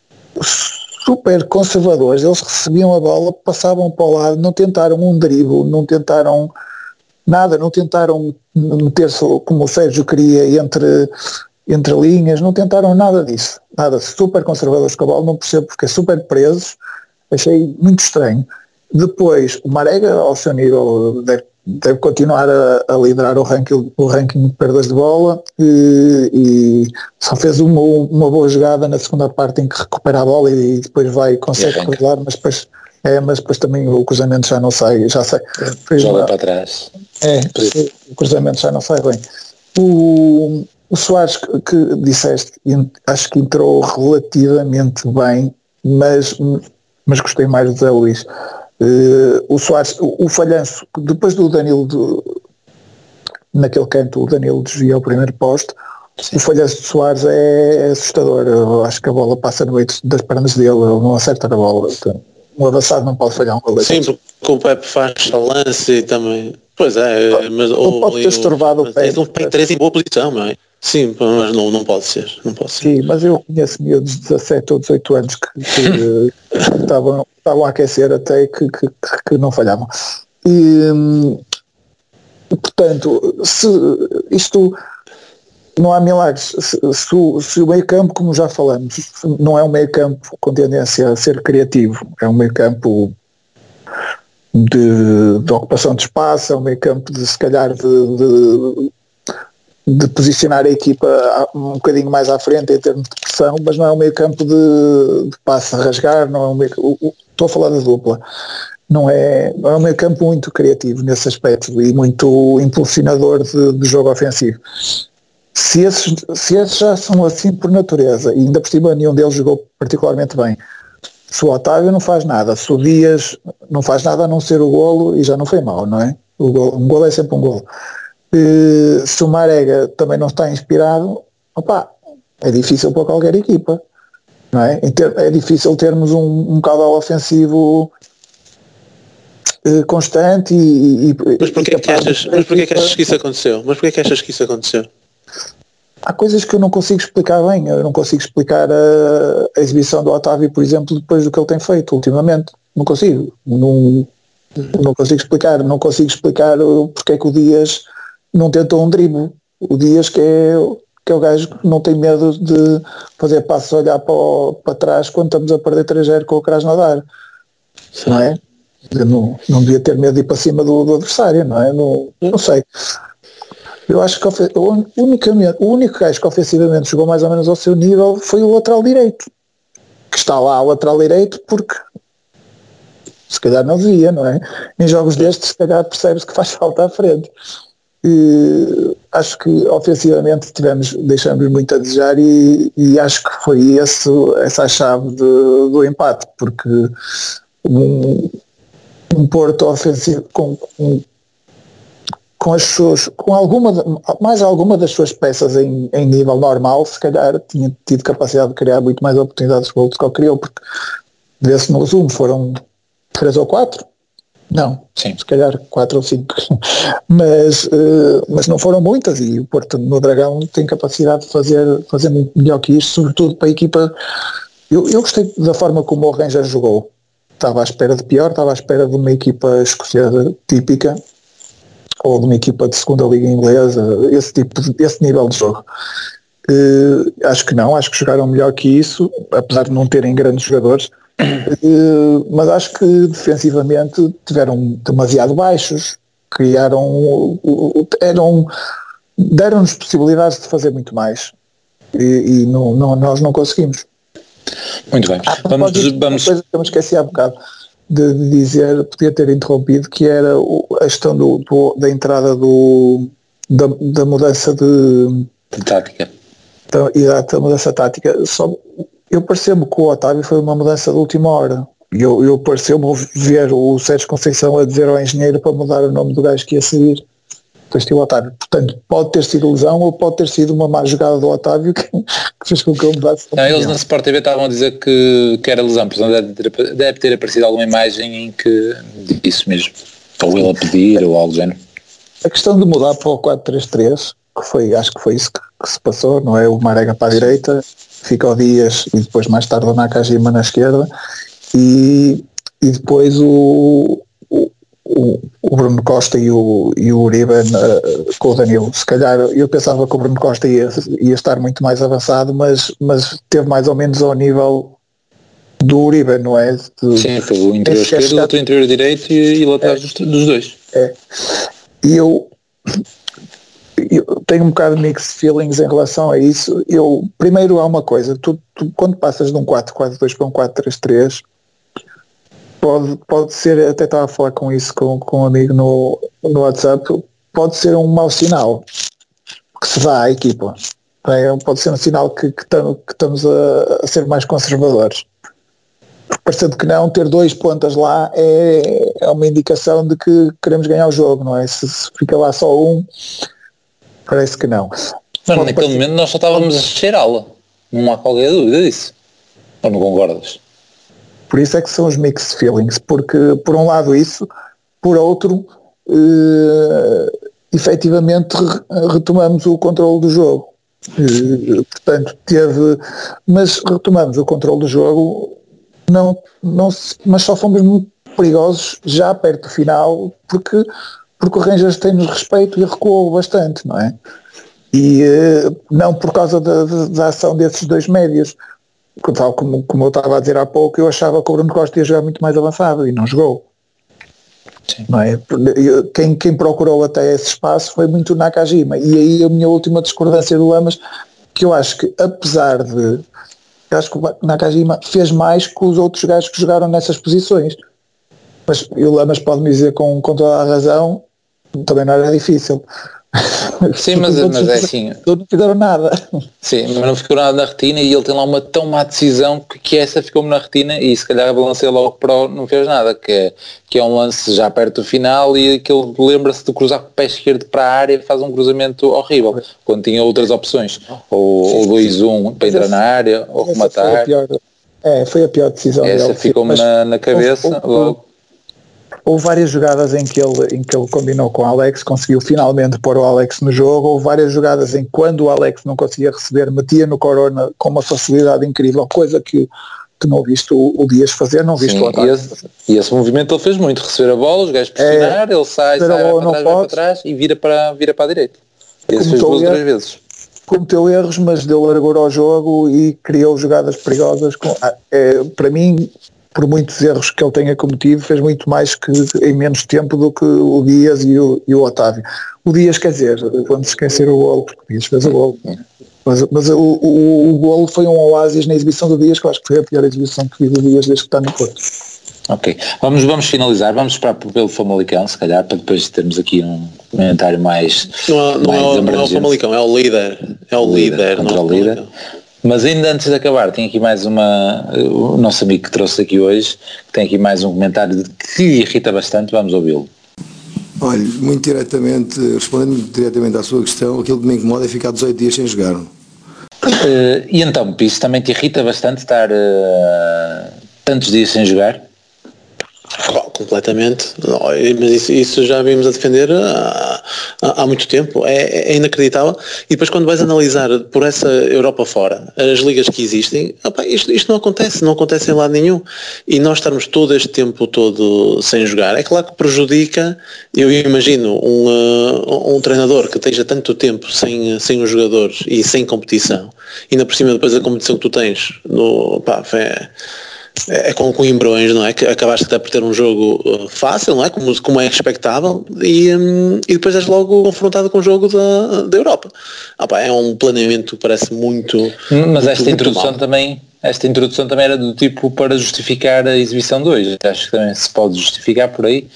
super conservadores, eles recebiam a bola, passavam para o lado, não tentaram um drible, não tentaram nada, não tentaram meter-se como o Sérgio queria entre, entre linhas, não tentaram nada disso, nada, super conservadores com a bola, não percebo porque, super presos, achei muito estranho. Depois, o Marega, ao seu nível, deve, deve continuar a, a liderar o ranking, o ranking de perdas de bola, e, e só fez uma, uma boa jogada na segunda parte em que recupera a bola e, e depois vai, consegue cruzar, mas depois, é, mas depois também o cruzamento já não sai, já sai. Joga uma, para trás. É, o cruzamento já não sai bem. O, o Soares que, que disseste, acho que entrou relativamente bem, mas, mas gostei mais do Zé Luís. Uh, o Soares, o, o falhanço, depois do Danilo do, naquele canto, o Danilo desvia o primeiro poste. Sim. O falhanço de Soares é assustador. Eu acho que a bola passa no meio das pernas dele, ele não acerta a bola. Então, um avançado não pode falhar um gol. Sim, porque o Pepe faz a lance e também. Pois é, mas ou pode ter estourvado o Pepe. É um Pepe três em boa posição, não é? Sim, mas não, não pode ser, não pode ser. Sim, mas eu conheço miúdos de dezassete ou dezoito anos que, que estavam, estavam a aquecer até que, que, que não falhavam. E, portanto, se isto não há milagres, se, se, se o meio campo, como já falamos, não é um meio campo com tendência a ser criativo, é um meio campo de, de ocupação de espaço, é um meio campo de se calhar de, de de posicionar a equipa um bocadinho mais à frente em termos de pressão, mas não é um meio campo de, de passe a rasgar, não é um meio, estou a falar da dupla, não é, não é um meio campo muito criativo nesse aspecto e muito impulsionador de, de jogo ofensivo. Se esses, se esses já são assim por natureza, e ainda por cima nenhum deles jogou particularmente bem, se o Otávio não faz nada, se o Dias não faz nada a não ser o golo, e já não foi mal, não é? O golo, um golo é sempre um golo. Uh, se o Marega também não está inspirado, opa, é difícil para qualquer equipa, não é? É difícil termos um, um caudal ofensivo uh, constante e, e mas porquê que achas, mas porquê que achas que isso aconteceu? Mas porquê que achas que isso aconteceu? Há coisas que eu não consigo explicar bem. Eu não consigo explicar a, a exibição do Otávio, por exemplo, depois do que ele tem feito ultimamente. Não consigo. Não, não consigo explicar. Não consigo explicar porque é que o Dias não tentou um drible. O Dias que é, que é o gajo que não tem medo de fazer passos, olhar para, o, para trás quando estamos a perder três a zero com o Krasnodar. Não é? Não, não devia ter medo de ir para cima do, do adversário, não é? Não, não sei. Eu acho que o, unicamente, o único gajo que ofensivamente jogou mais ou menos ao seu nível foi o lateral direito. Que está lá o lateral direito porque se calhar não devia, não é? Em jogos destes se calhar percebe-se que faz falta à frente. E acho que ofensivamente tivemos, deixamos muito a desejar e, e acho que foi esse, essa a chave de, do empate, porque um, um Porto ofensivo com, com, com as suas, com alguma, mais alguma das suas peças em, em nível normal, se calhar tinha tido capacidade de criar muito mais oportunidades de gol do que ele criou, porque vê-se no resumo, foram três ou quatro. Não, sim, se calhar quatro ou cinco, mas, uh, mas não foram muitas e o Porto no Dragão tem capacidade de fazer, fazer muito melhor que isto, sobretudo para a equipa. Eu, eu gostei da forma como o Rangers jogou, estava à espera de pior, estava à espera de uma equipa escocesa típica ou de uma equipa de segunda liga inglesa, esse tipo de, esse nível de jogo. Uh, acho que não, acho que jogaram melhor que isso, apesar de não terem grandes jogadores. Uh, mas acho que defensivamente tiveram demasiado baixos, criaram uh, eram, deram-nos possibilidades de fazer muito mais e, e não, não, nós não conseguimos. Muito bem, ah, vamos, dizer, vamos... uma coisa que eu me esqueci há bocado, de, de dizer, podia ter interrompido, que era o, a questão do, do, da entrada do, da, da mudança de, de tática. Da, exato, a mudança tática. Só, eu pareceu-me que o Otávio foi uma mudança de última hora. Eu, eu pareceu-me ver o Sérgio Conceição a dizer ao engenheiro para mudar o nome do gajo que ia seguir. O Otávio. Portanto, pode ter sido lesão ou pode ter sido uma má jogada do Otávio que, que fez com que ele mudasse. Não, eles na Sport T V estavam a dizer que, que era lesão, portanto deve ter, deve ter aparecido alguma imagem em que isso mesmo, ou ele a pedir ou algo do género. A questão de mudar para o quatro três três, que foi, acho que foi isso que, que se passou, não é? O Marega para a direita, fica o Dias e depois mais tarde o Nakajima na esquerda e, e depois o O, o Bruno Costa e o, e o Uribe uh, com o Danilo. Se calhar eu pensava que o Bruno Costa ia, ia estar muito mais avançado, mas, mas teve mais ou menos ao nível do Uribe, não é? De, Sim, foi o interior esquerdo, o outro interior direito e, e laterais é, dos, dos dois. É. E eu, eu tenho um bocado de mixed feelings em relação a isso. Eu, primeiro há uma coisa, tu, tu quando passas de um quatro quatro dois para um quatro três três, Pode, pode ser, até estava a falar com isso com, com um amigo no, no WhatsApp, pode ser um mau sinal que se dá à equipa. Pode ser um sinal que, que, tam, que estamos a, a ser mais conservadores. Parecendo que não, ter dois pontas lá é, é uma indicação de que queremos ganhar o jogo, não é? Se, se fica lá só um, parece que não. Mas naquele parecer... momento nós só estávamos a cheirá-la. Não há qualquer dúvida disso. Ou não concordas? Por isso é que são os mixed feelings, porque por um lado isso, por outro, eh, efetivamente retomamos o controle do jogo. Eh, portanto, teve, mas retomamos o controle do jogo, não, não, mas só fomos muito perigosos já perto do final, porque, porque o Rangers tem-nos respeito e recuou bastante, não é? E eh, não por causa da, da ação desses dois médios. Tal como, como eu estava a dizer há pouco, eu achava que o Bruno Costa ia jogar muito mais avançado e não jogou. Sim. Não é? quem, quem procurou até esse espaço foi muito o Nakajima, e aí a minha última discordância do Lamas, que eu acho que apesar de eu acho que o Nakajima fez mais que os outros gajos que jogaram nessas posições, mas o Lamas pode-me dizer com, com toda a razão, também não era difícil. Sim, mas, mas é assim. Não fizeram nada. Sim, mas não ficou nada na retina e ele tem lá uma tão má decisão que, que essa ficou-me na retina e se calhar balancei logo para o não fez nada, que é, que é um lance já perto do final e que ele lembra-se de cruzar com o pé esquerdo para a área e faz um cruzamento horrível, quando tinha outras opções, ou dois um para entrar na área, ou rematar. É, foi a pior decisão. Essa ficou-me na, na cabeça logo. Houve várias jogadas em que, ele, em que ele combinou com o Alex, conseguiu finalmente pôr o Alex no jogo. Houve várias jogadas em que, quando o Alex não conseguia receber, metia no Corona com uma facilidade incrível, coisa que, que não viste o, o Dias fazer, não viste. Sim, o ataque. E esse, e esse movimento ele fez muito, receber a bola, os gajos pressionar, é, ele sai, sai vai para, trás, vai para trás e vira para, vira para a direita. Esse fez duas ou três vezes. Cometeu erros, mas deu largura ao jogo e criou jogadas perigosas. Com, é, para mim, por muitos erros que ele tenha cometido, fez muito mais que em menos tempo do que o Dias e o, e o Otávio. O Dias, quer dizer, vamos esquecer o golo, porque o Dias fez o golo. Mas, mas o, o, o golo foi um oásis na exibição do Dias, que eu acho que foi a pior exibição que vi do Dias desde que está no Porto. Ok, vamos, vamos finalizar, vamos esperar pelo Famalicão, se calhar, para depois termos aqui um comentário mais... Não é, não mais é, o, não é o Famalicão, é o líder. É o, o líder, líder contra o líder. Mas ainda antes de acabar, tem aqui mais uma, o nosso amigo que trouxe aqui hoje, tem aqui mais um comentário que lhe irrita bastante, vamos ouvi-lo. Olha, muito diretamente, respondendo muito diretamente à sua questão, aquilo que me incomoda é ficar dezoito dias sem jogar. Uh, e então, isso também te irrita bastante estar uh, tantos dias sem jogar? Oh, completamente, mas isso, isso já vimos a defender há, há, há muito tempo, é, é inacreditável. E depois quando vais analisar por essa Europa fora, as ligas que existem, opa, isto, isto não acontece, não acontece em lado nenhum. E nós estarmos todo este tempo todo sem jogar, é claro que prejudica. Eu imagino um, uh, um treinador que esteja tanto tempo sem, sem os jogadores e sem competição, e ainda por cima depois a competição que tu tens, no, pá, é, é com Coimbrões, não é? Que acabaste até por ter um jogo uh, fácil, não é? Como, como é expectável, e, um, e depois és logo confrontado com o jogo da, da Europa. Ah, pá, é um planeamento que parece muito... Mas muito, esta introdução também, esta introdução também era do tipo para justificar a exibição de hoje. Acho que também se pode justificar por aí.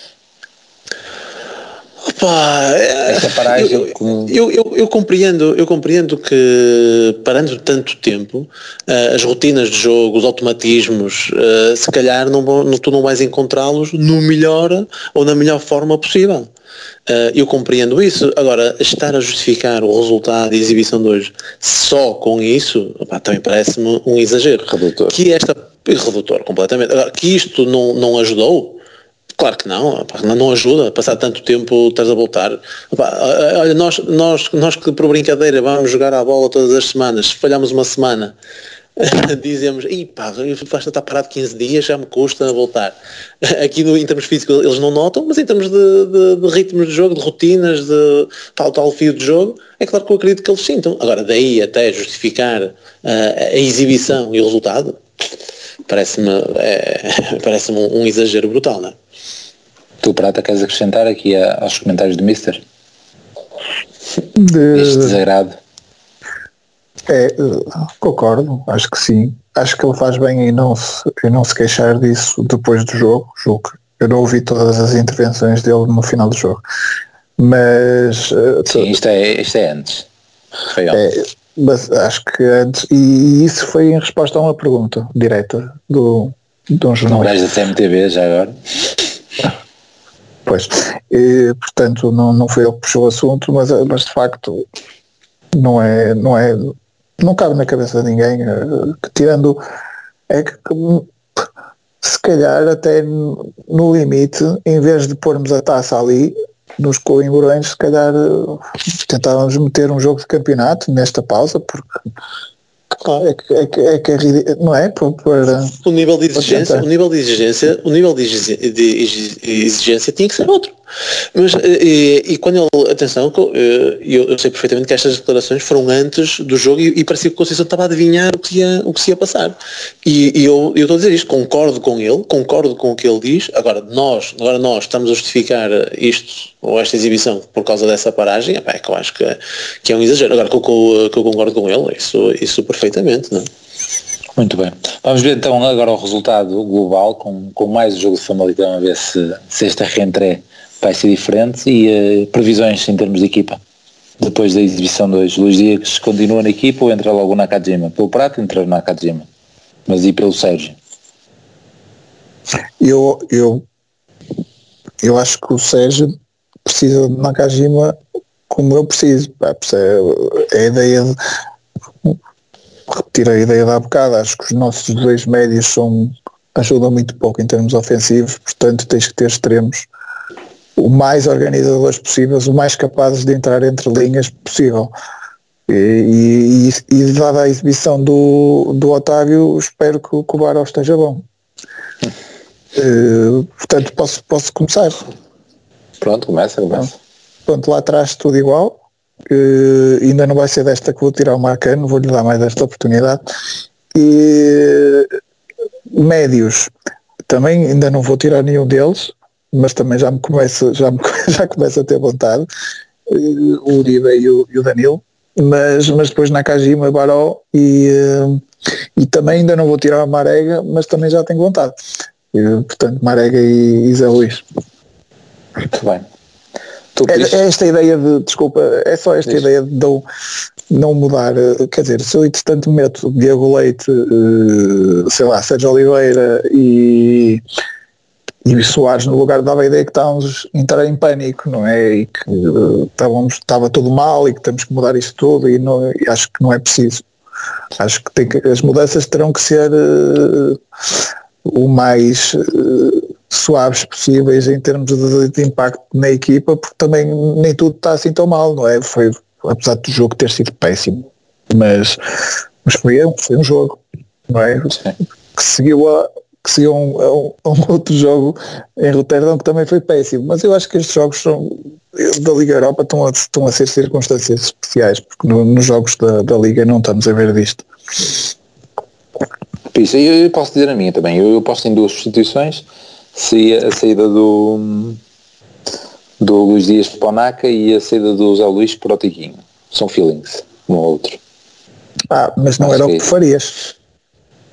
Opa, Esta paragem eu, com... eu, eu, eu compreendo, eu compreendo que parando tanto tempo, uh, as rotinas de jogo, os automatismos, uh, se calhar não, vão, não, tu não vais encontrá-los no melhor ou na melhor forma possível. Uh, eu compreendo isso. Agora, estar a justificar o resultado e a exibição de hoje só com isso, opa, também parece-me um exagero. Redutor. Que esta, redutor, completamente. Agora, que isto não, não ajudou, claro que não, opa, não ajuda, passar tanto tempo estás a voltar. Opa, olha, nós, nós, nós que por brincadeira vamos jogar à bola todas as semanas, se falhamos uma semana, dizemos, e pá, basta estar parado quinze dias, já me custa voltar. Aqui no, em termos físicos eles não notam, mas em termos de, de, de ritmos de jogo, de rotinas, de tal, tal fio de jogo, é claro que eu acredito que eles sintam. Agora, daí até justificar uh, a exibição e o resultado, parece-me é, parece-me um, um exagero brutal, não é? Tu, Prata, queres acrescentar aqui a, aos comentários do Mister? De... Este desagrado. É, concordo, acho que sim. Acho que ele faz bem em não se, em não se queixar disso depois do jogo. jogo. Eu não ouvi todas as intervenções dele no final do jogo. Mas... Sim, isto é, isto é antes. Foi é, mas acho que antes... E isso foi em resposta a uma pergunta direta do, de um jornalista. Um gajo da C M T V, já agora. Pois. E, portanto, não, não foi ele que puxou o assunto, mas, mas de facto não é... Não é não cabe na cabeça de ninguém, que tirando, é que, que se calhar até no limite, em vez de pormos a taça ali, nos Coimbrões, se calhar tentávamos meter um jogo de campeonato nesta pausa, porque é que, é que, é que é, não é? Para, o nível de exigência, o nível de exigência, o nível de exigência tinha que ser outro. Mas, e, e quando ele, atenção, eu, eu sei perfeitamente que estas declarações foram antes do jogo e, e parecia que o Conceição estava a adivinhar o que ia, o que se ia passar. E, e eu, eu estou a dizer isto, concordo com ele, concordo com o que ele diz. Agora nós, agora nós estamos a justificar isto, ou esta exibição, por causa dessa paragem, é, pá, é que eu acho que é, que é um exagero. Agora que eu, que eu concordo com ele, isso, isso perfeitamente, não é? Muito bem. Vamos ver então agora o resultado global, com, com mais o jogo de Famalicão, a ver se, se esta reentrée vai ser diferente e uh, previsões em termos de equipa. Depois da exibição de hoje, Luís Dias continua na equipa ou entra logo na Nakajima? Pelo Prato entra na Nakajima, mas e pelo Sérgio? Eu, eu, eu acho que o Sérgio precisa de Nakajima como eu preciso. É a ideia de repetir a ideia da bocado. Acho que os nossos dois médios são, ajudam muito pouco em termos ofensivos, portanto tens que ter extremos o mais organizadores possíveis, o mais capazes de entrar entre linhas possível. E, e, e dada a exibição do, do Otávio, espero que, que o Baró esteja bom. Uh, portanto, posso, posso começar. Pronto, começa, começa. Pronto, lá atrás tudo igual. Uh, ainda não vai ser desta que vou tirar o Marcano, vou-lhe dar mais esta oportunidade. E médios, também ainda não vou tirar nenhum deles, mas também já me começa, já me, já começa a ter vontade, uh, o Uribe e o, e o Danilo, mas, mas depois Nakajima, Baró e, uh, e também ainda não vou tirar a Marega, mas também já tenho vontade. Uh, portanto, Marega e, e Zé Luís. Muito bem. É, é esta ideia de, desculpa, é só esta Isso. ideia de não, não mudar, quer dizer, se eu entretanto meto Diego Leite, uh, sei lá, Sérgio Oliveira e e Soares no lugar, dava a ideia que estávamos a entrar em pânico, não é? E que uh, estávamos, estava tudo mal e que temos que mudar isto tudo e, não, e acho que não é preciso. Acho que, tem que as mudanças terão que ser uh, o mais uh, suaves possíveis em termos de, de impacto na equipa, porque também nem tudo está assim tão mal, não é? Foi, apesar do jogo ter sido péssimo, mas, mas foi, foi um jogo, não é? Que seguiu a que seguiu um, um, um outro jogo em Roterdão que também foi péssimo, mas eu acho que estes jogos são, da Liga Europa estão a, estão a ser circunstâncias especiais, porque no, nos jogos da, da Liga não estamos a ver disto. Isso, eu, eu posso dizer a minha também, eu, eu posto em duas substituições, se a saída do do Luís Dias para o Naka e a saída do Zé Luís para o Tiquinho, são feelings, um ou outro. Ah, mas não acho era o que é tu farias.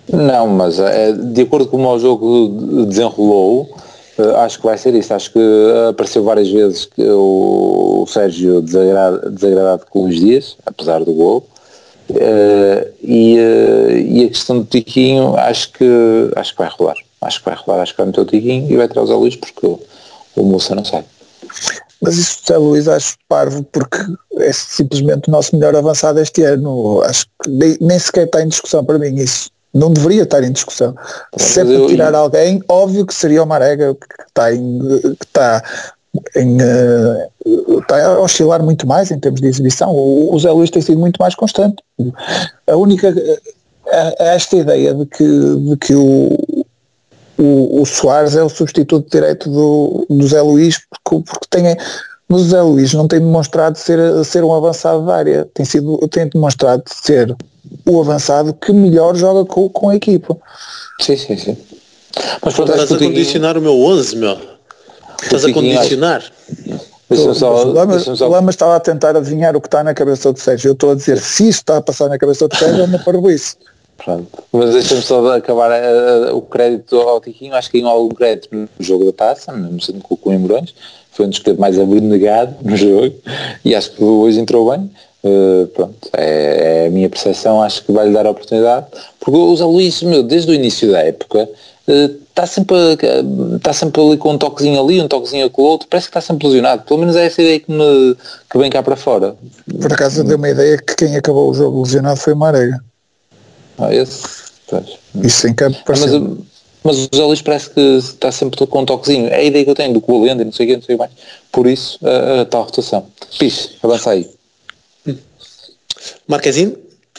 Não, mas é, de acordo com como o jogo desenrolou, acho que vai ser isso. Acho que apareceu várias vezes que o Sérgio desagrada, desagradado com os dias, apesar do gol. Uh, e, uh, e a questão do Tiquinho, acho que acho que vai rolar. Acho que vai rolar, acho que vai meter o Tiquinho e vai tirar o Zé Luís porque o, o Moça não sai. Mas isso do Zé Luís acho parvo, porque é simplesmente o nosso melhor avançado este ano. Acho que nem, nem sequer está em discussão para mim isso. Não deveria estar em discussão. Se é para tirar alguém, óbvio que seria o Marega, que está em, que está, em, uh, está a oscilar muito mais em termos de exibição. O, o Zé Luís tem sido muito mais constante. A única, esta ideia de que, de que o, o, o Soares é o substituto direito do, do Zé Luís, porque, porque tem... Mas o Zé Luís não tem demonstrado ser, ser um avançado da área, tem, sido, tem demonstrado ser o avançado que melhor joga com, com a equipa. Sim, sim, sim. Mas pronto, estás a condicionar o meu onze, meu. Estás a condicionar. Deixa-me só, o Lama, só... o Lama estava a tentar adivinhar o que está na cabeça do Sérgio. Eu estou a dizer, se isso está a passar na cabeça do Sérgio, é uma parvoíce. Pronto. Mas deixa-me só acabar uh, o crédito ao Tiquinho. Acho que ganhou algum crédito no jogo da Taça, mesmo sendo com o Embrões. Foi um dos que teve mais abnegado no jogo e acho que hoje entrou bem. Uh, pronto, é, é a minha percepção. Acho que vai-lhe dar a oportunidade, porque o Zé Luís, meu, desde o início da época está uh, sempre, uh, tá sempre ali com um toquezinho ali, um toquezinho com o outro, parece que está sempre lesionado. Pelo menos é essa ideia que, me, que vem cá para fora. Por acaso deu uma ideia que quem acabou o jogo lesionado foi o Marega. Ah, esse? Pois. Isso em campo pareceu. Mas, mas o Zé Luís parece que está sempre com um toquezinho. É a ideia que eu tenho do Colenda e não sei o que, não sei o que mais. Por isso, a, a tal rotação. Pixe, avança aí. Marquezinho,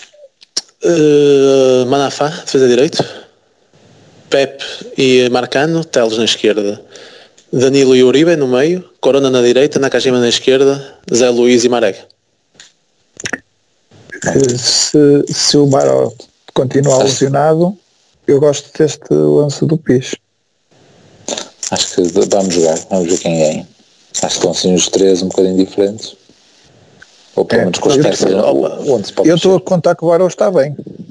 uh, Manafá, defesa direito, Pepe e Marcano, Teles na esquerda, Danilo e Uribe no meio, Corona na direita, Nakajima na esquerda, Zé Luís e Marega. Se, se o Baró continuar lesionado, eu gosto deste lance do Pires. Acho que vamos jogar, vamos ver quem ganha. Acho que estão assim os três um bocadinho diferentes. Ou pelo menos com as peças onde se pode. Eu estou a contar que o Baró está bem.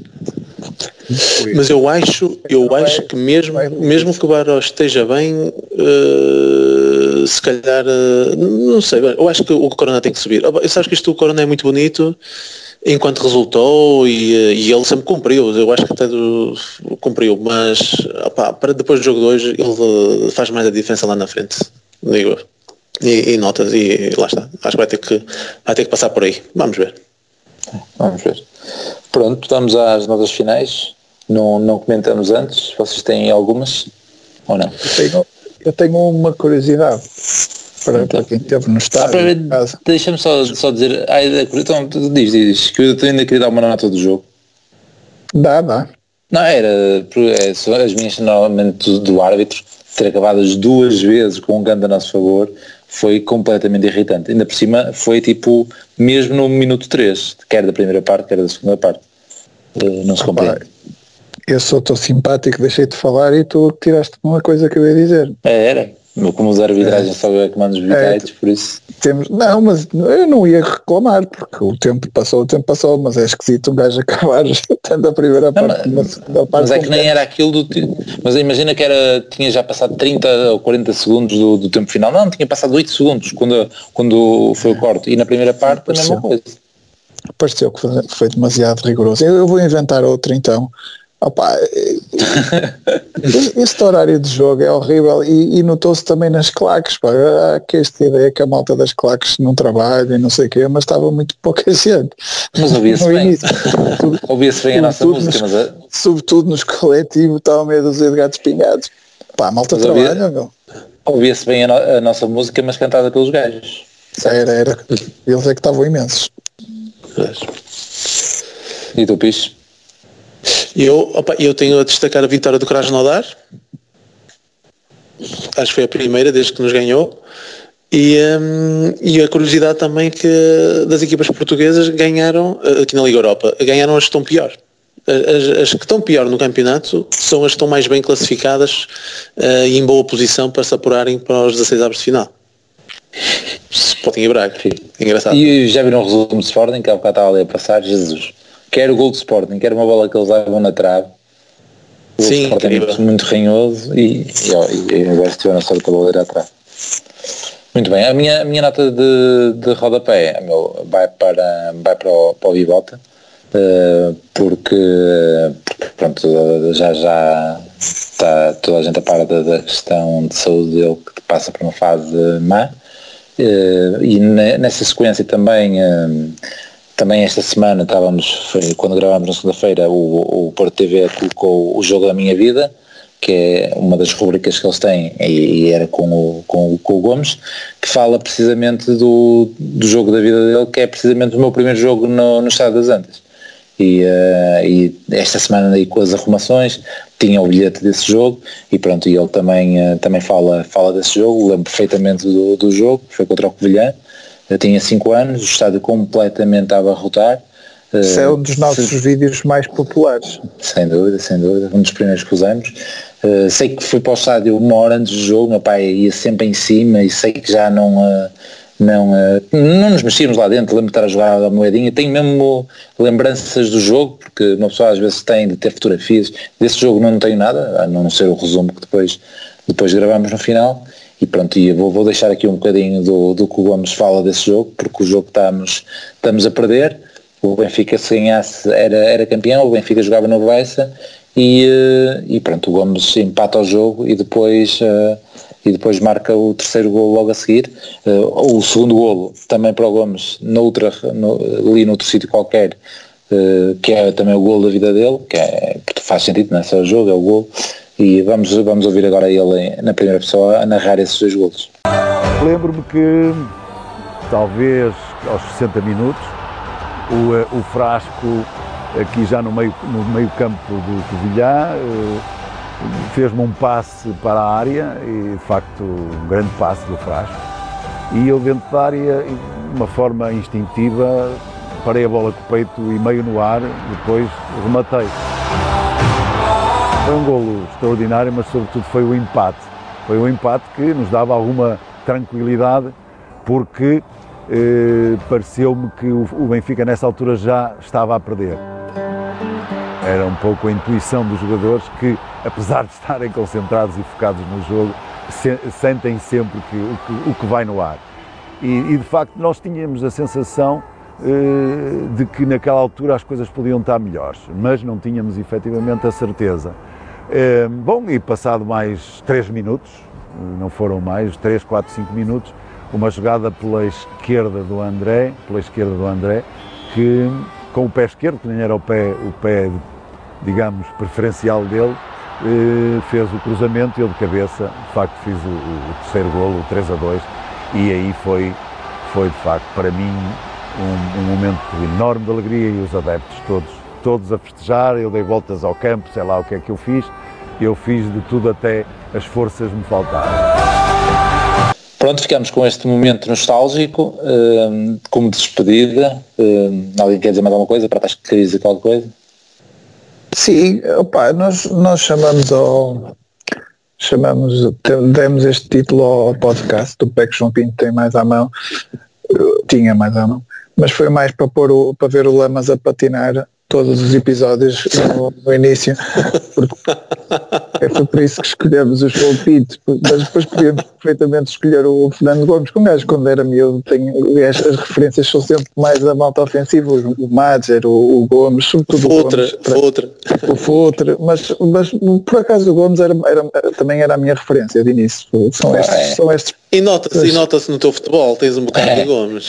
Mas eu acho, eu acho que mesmo, mesmo que o Baró esteja bem, uh, se calhar, uh, não sei, eu acho que o Corona tem que subir. Eu sabes que isto do Corona é muito bonito enquanto resultou e, e ele sempre cumpriu, eu acho que até do, cumpriu, mas opa, para depois do jogo de hoje ele faz mais a diferença lá na frente, digo eu. E, e notas, e lá está. Acho que vai ter que, vai ter que passar por aí. Vamos ver. Vamos ver. Pronto, estamos às notas finais. Não, não comentamos antes. Vocês têm algumas? Ou não? Eu tenho, eu tenho uma curiosidade para, então, para quem esteve no estádio. Ah, deixa-me só, só dizer. Ah, então, diz, diz, que eu ainda queria dar uma nota do jogo. Dá, dá. Não, era. É, as minhas normalmente do, do árbitro ter acabado as duas vezes com um canto a nosso favor foi completamente irritante. Ainda por cima foi tipo mesmo no minuto três, quer da primeira parte, quer da segunda parte. Uh, não se compreende. Eu sou tão simpático, deixei de falar e tu tiraste uma coisa que eu ia dizer. É, era. Como os arbitragens é. Só é que mandam os bitites, é, por isso. Temos, não, mas eu não ia reclamar, porque o tempo passou, o tempo passou, mas é esquisito um gajo acabar tanto a primeira não, parte como a segunda parte. Mas é que nem era aquilo do tempo. Mas imagina que era, tinha já passado trinta ou quarenta segundos do, do tempo final. Não, tinha passado oito segundos quando, quando foi o corte. E na primeira parte a mesma coisa. Pareceu que foi, foi demasiado rigoroso. Eu, eu vou inventar outro então. Opa, este horário de jogo é horrível e, e notou-se também nas claques, pá, que esta ideia que a malta das claques não trabalha e não sei o quê, mas estava muito pouca gente. Mas ouvia-se bem, ouvia-se bem a nossa música, nos, mas é... sobretudo nos coletivos estava meio dúzia de gatos pingados. Pá, a malta mas trabalha, ouvia, meu. Ouvia-se bem a, no, a nossa música, mas cantada pelos gajos. Era, era. Eles é que estavam imensos. E tu, Piche? Eu, opa, eu tenho a destacar a vitória do Krasnodar. Acho que foi a primeira desde que nos ganhou. E, um, e a curiosidade também que das equipas portuguesas ganharam, aqui na Liga Europa, ganharam as que estão pior. As, as que estão pior no campeonato são as que estão mais bem classificadas uh, e em boa posição para se apurarem para os dezasseis avos de final. Sporting e Braga. Engraçado. E já viram o resumo de Sporting, que há bocado estava ali a passar, Jesus. Quer o gol de Sporting, quer uma bola que eles levam na trave. O Sim, Sporting é muito, muito ranhoso e, e, e agora estiveram só a baleira atrás. Muito bem, a minha, a minha nota de, de rodapé meu, vai, para, vai para o, para o Vivota, uh, porque, porque pronto, já, já está toda a gente a par da, da questão de saúde dele, que passa por uma fase má, uh, e ne, nessa sequência também, uh, também esta semana estávamos, foi, quando gravámos na segunda-feira, o, o Porto T V colocou o Jogo da Minha Vida, que é uma das rubricas que eles têm, e, e era com o, com, com o Gomes, que fala precisamente do, do jogo da vida dele, que é precisamente o meu primeiro jogo no, no Estado das Antas. E, uh, e esta semana aí com as arrumações tinha o bilhete desse jogo e pronto, e ele também, uh, também fala, fala desse jogo, lembro perfeitamente do, do jogo, foi contra o Covilhã, eu tinha cinco anos, o estádio completamente a abarrotar. Esse é um dos nossos se... vídeos mais populares. Sem dúvida, sem dúvida, um dos primeiros que usamos. Uh, sei que fui para o estádio uma hora antes do jogo, meu pai ia sempre em cima e sei que já não, uh, não, uh, não nos mexíamos lá dentro, lembro de estar a jogar a moedinha, tenho mesmo lembranças do jogo, porque uma pessoa às vezes tem de ter fotografias, desse jogo não tenho nada, a não ser o resumo que depois, depois gravamos no final. E pronto, e vou, vou deixar aqui um bocadinho do, do que o Gomes fala desse jogo, porque o jogo estamos, estamos a perder, o Benfica se ganhasse era, era campeão, o Benfica jogava no Bessa e, e pronto, o Gomes empata o jogo e depois, uh, e depois marca o terceiro golo logo a seguir, uh, o segundo golo também para o Gomes, noutra, no, ali noutro sítio qualquer, uh, que é também o golo da vida dele, que é, faz sentido, não é só o jogo, é o golo. E vamos, vamos ouvir agora ele na primeira pessoa a narrar esses dois golos. Lembro-me que talvez aos sessenta minutos o, o Frasco aqui já no meio, no meio campo do Covilhã fez-me um passe para a área e de facto um grande passe do Frasco e eu dentro da área de uma forma instintiva parei a bola com o peito e meio no ar, depois rematei. Foi um golo extraordinário, mas sobretudo foi o empate. Foi um empate que nos dava alguma tranquilidade, porque eh, pareceu-me que o, o Benfica nessa altura já estava a perder. Era um pouco a intuição dos jogadores que, apesar de estarem concentrados e focados no jogo, se, sentem sempre que, o, que, o que vai no ar. E, e de facto nós tínhamos a sensação eh, de que naquela altura as coisas podiam estar melhores, mas não tínhamos efetivamente a certeza. É, bom, e passado mais três minutos, não foram mais, três, quatro, cinco minutos, uma jogada pela esquerda do André, pela esquerda do André, que com o pé esquerdo, que nem era o pé, o pé digamos, preferencial dele, eh, fez o cruzamento e eu de cabeça, de facto fiz o, o terceiro golo, o três a dois, e aí foi, foi de facto para mim um, um momento enorme de alegria e os adeptos todos todos a festejar, eu dei voltas ao campo, sei lá o que é que eu fiz, eu fiz de tudo até as forças me faltarem. Pronto, ficamos com este momento nostálgico, um, como despedida. Um, alguém quer dizer mais alguma coisa? Para acho que quer dizer qualquer coisa? Sim, opa, nós, nós chamamos ao... chamamos, demos este título ao podcast do P E C João Pinto tem mais à mão, tinha mais à mão, mas foi mais para, pôr o, para ver o Lamas a patinar todos os episódios no, no início, porque é por isso que escolhemos o João Pinto, mas depois podíamos perfeitamente escolher o Fernando Gomes, que um gajo quando era miúdo tem, as, as referências são sempre mais a malta ofensiva, o, o Madger, o, o Gomes, sobretudo o outra, Gomes, para, outra. o Futre, mas, mas por acaso o Gomes era, era, também era a minha referência de início, são estes, é. são estes E nota-se, e nota-se no teu futebol, tens um bocado é. de Gomes.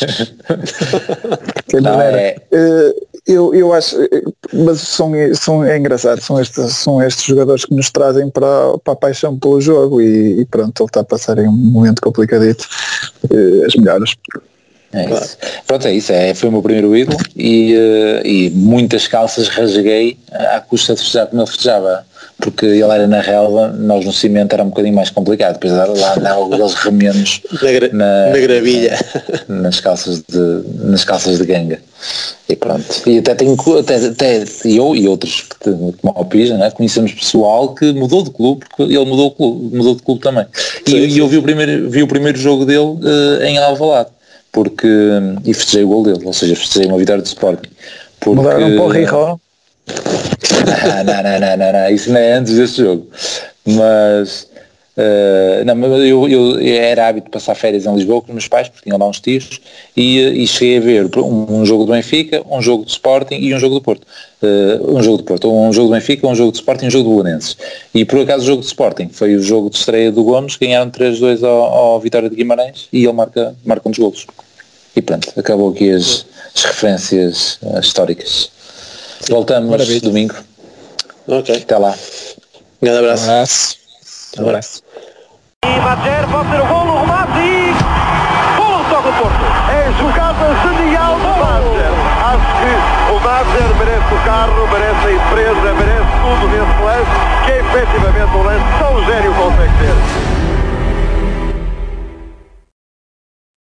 Não, é. Eu, eu acho, mas são, são, é engraçado, são estes, são estes jogadores que nos trazem para, para a paixão pelo jogo e, e pronto, ele está a passar em um momento complicadito, as melhoras. É claro. Isso. Pronto, é isso, é, foi o meu primeiro ídolo e, e muitas calças rasguei à custa de festejar como ele festejava, porque ele era na relva, nós no cimento era um bocadinho mais complicado, depois lá andavam aqueles remendos na, gra na, na gravilha, na, nas calças de nas calças de ganga e pronto. E até tenho até, até eu e outros como o Pija, né, conhecemos pessoal que mudou de clube, porque ele mudou, clube, mudou de clube também. E, sim, sim. e eu vi o primeiro, vi o primeiro jogo dele uh, em Alvalade, porque e festejei o gol dele, ou seja, festejei uma vitória do Sporting. Mudaram para o Rio. não, não, não, não, não, não, isso não é antes deste jogo. Mas, uh, não, mas eu, eu, eu era hábito de passar férias em Lisboa com os meus pais, porque tinham lá uns tios, e, e cheguei a ver um, um jogo do Benfica, um jogo do Sporting e um jogo do Porto. Uh, um jogo do Porto, um jogo do Benfica, um jogo do Sporting e um jogo do Belenenses. E por acaso o jogo do Sporting foi o jogo de estreia do Gomes, ganharam três a dois ao, ao Vitória de Guimarães e ele marca, marca um dos golos. E pronto, acabou aqui as, as referências uh, históricas. Voltamos Maravilha. domingo. Ok. Até lá. Um grande abraço. Um abraço. Um abraço. E Madjer pode ser o gol, o remate.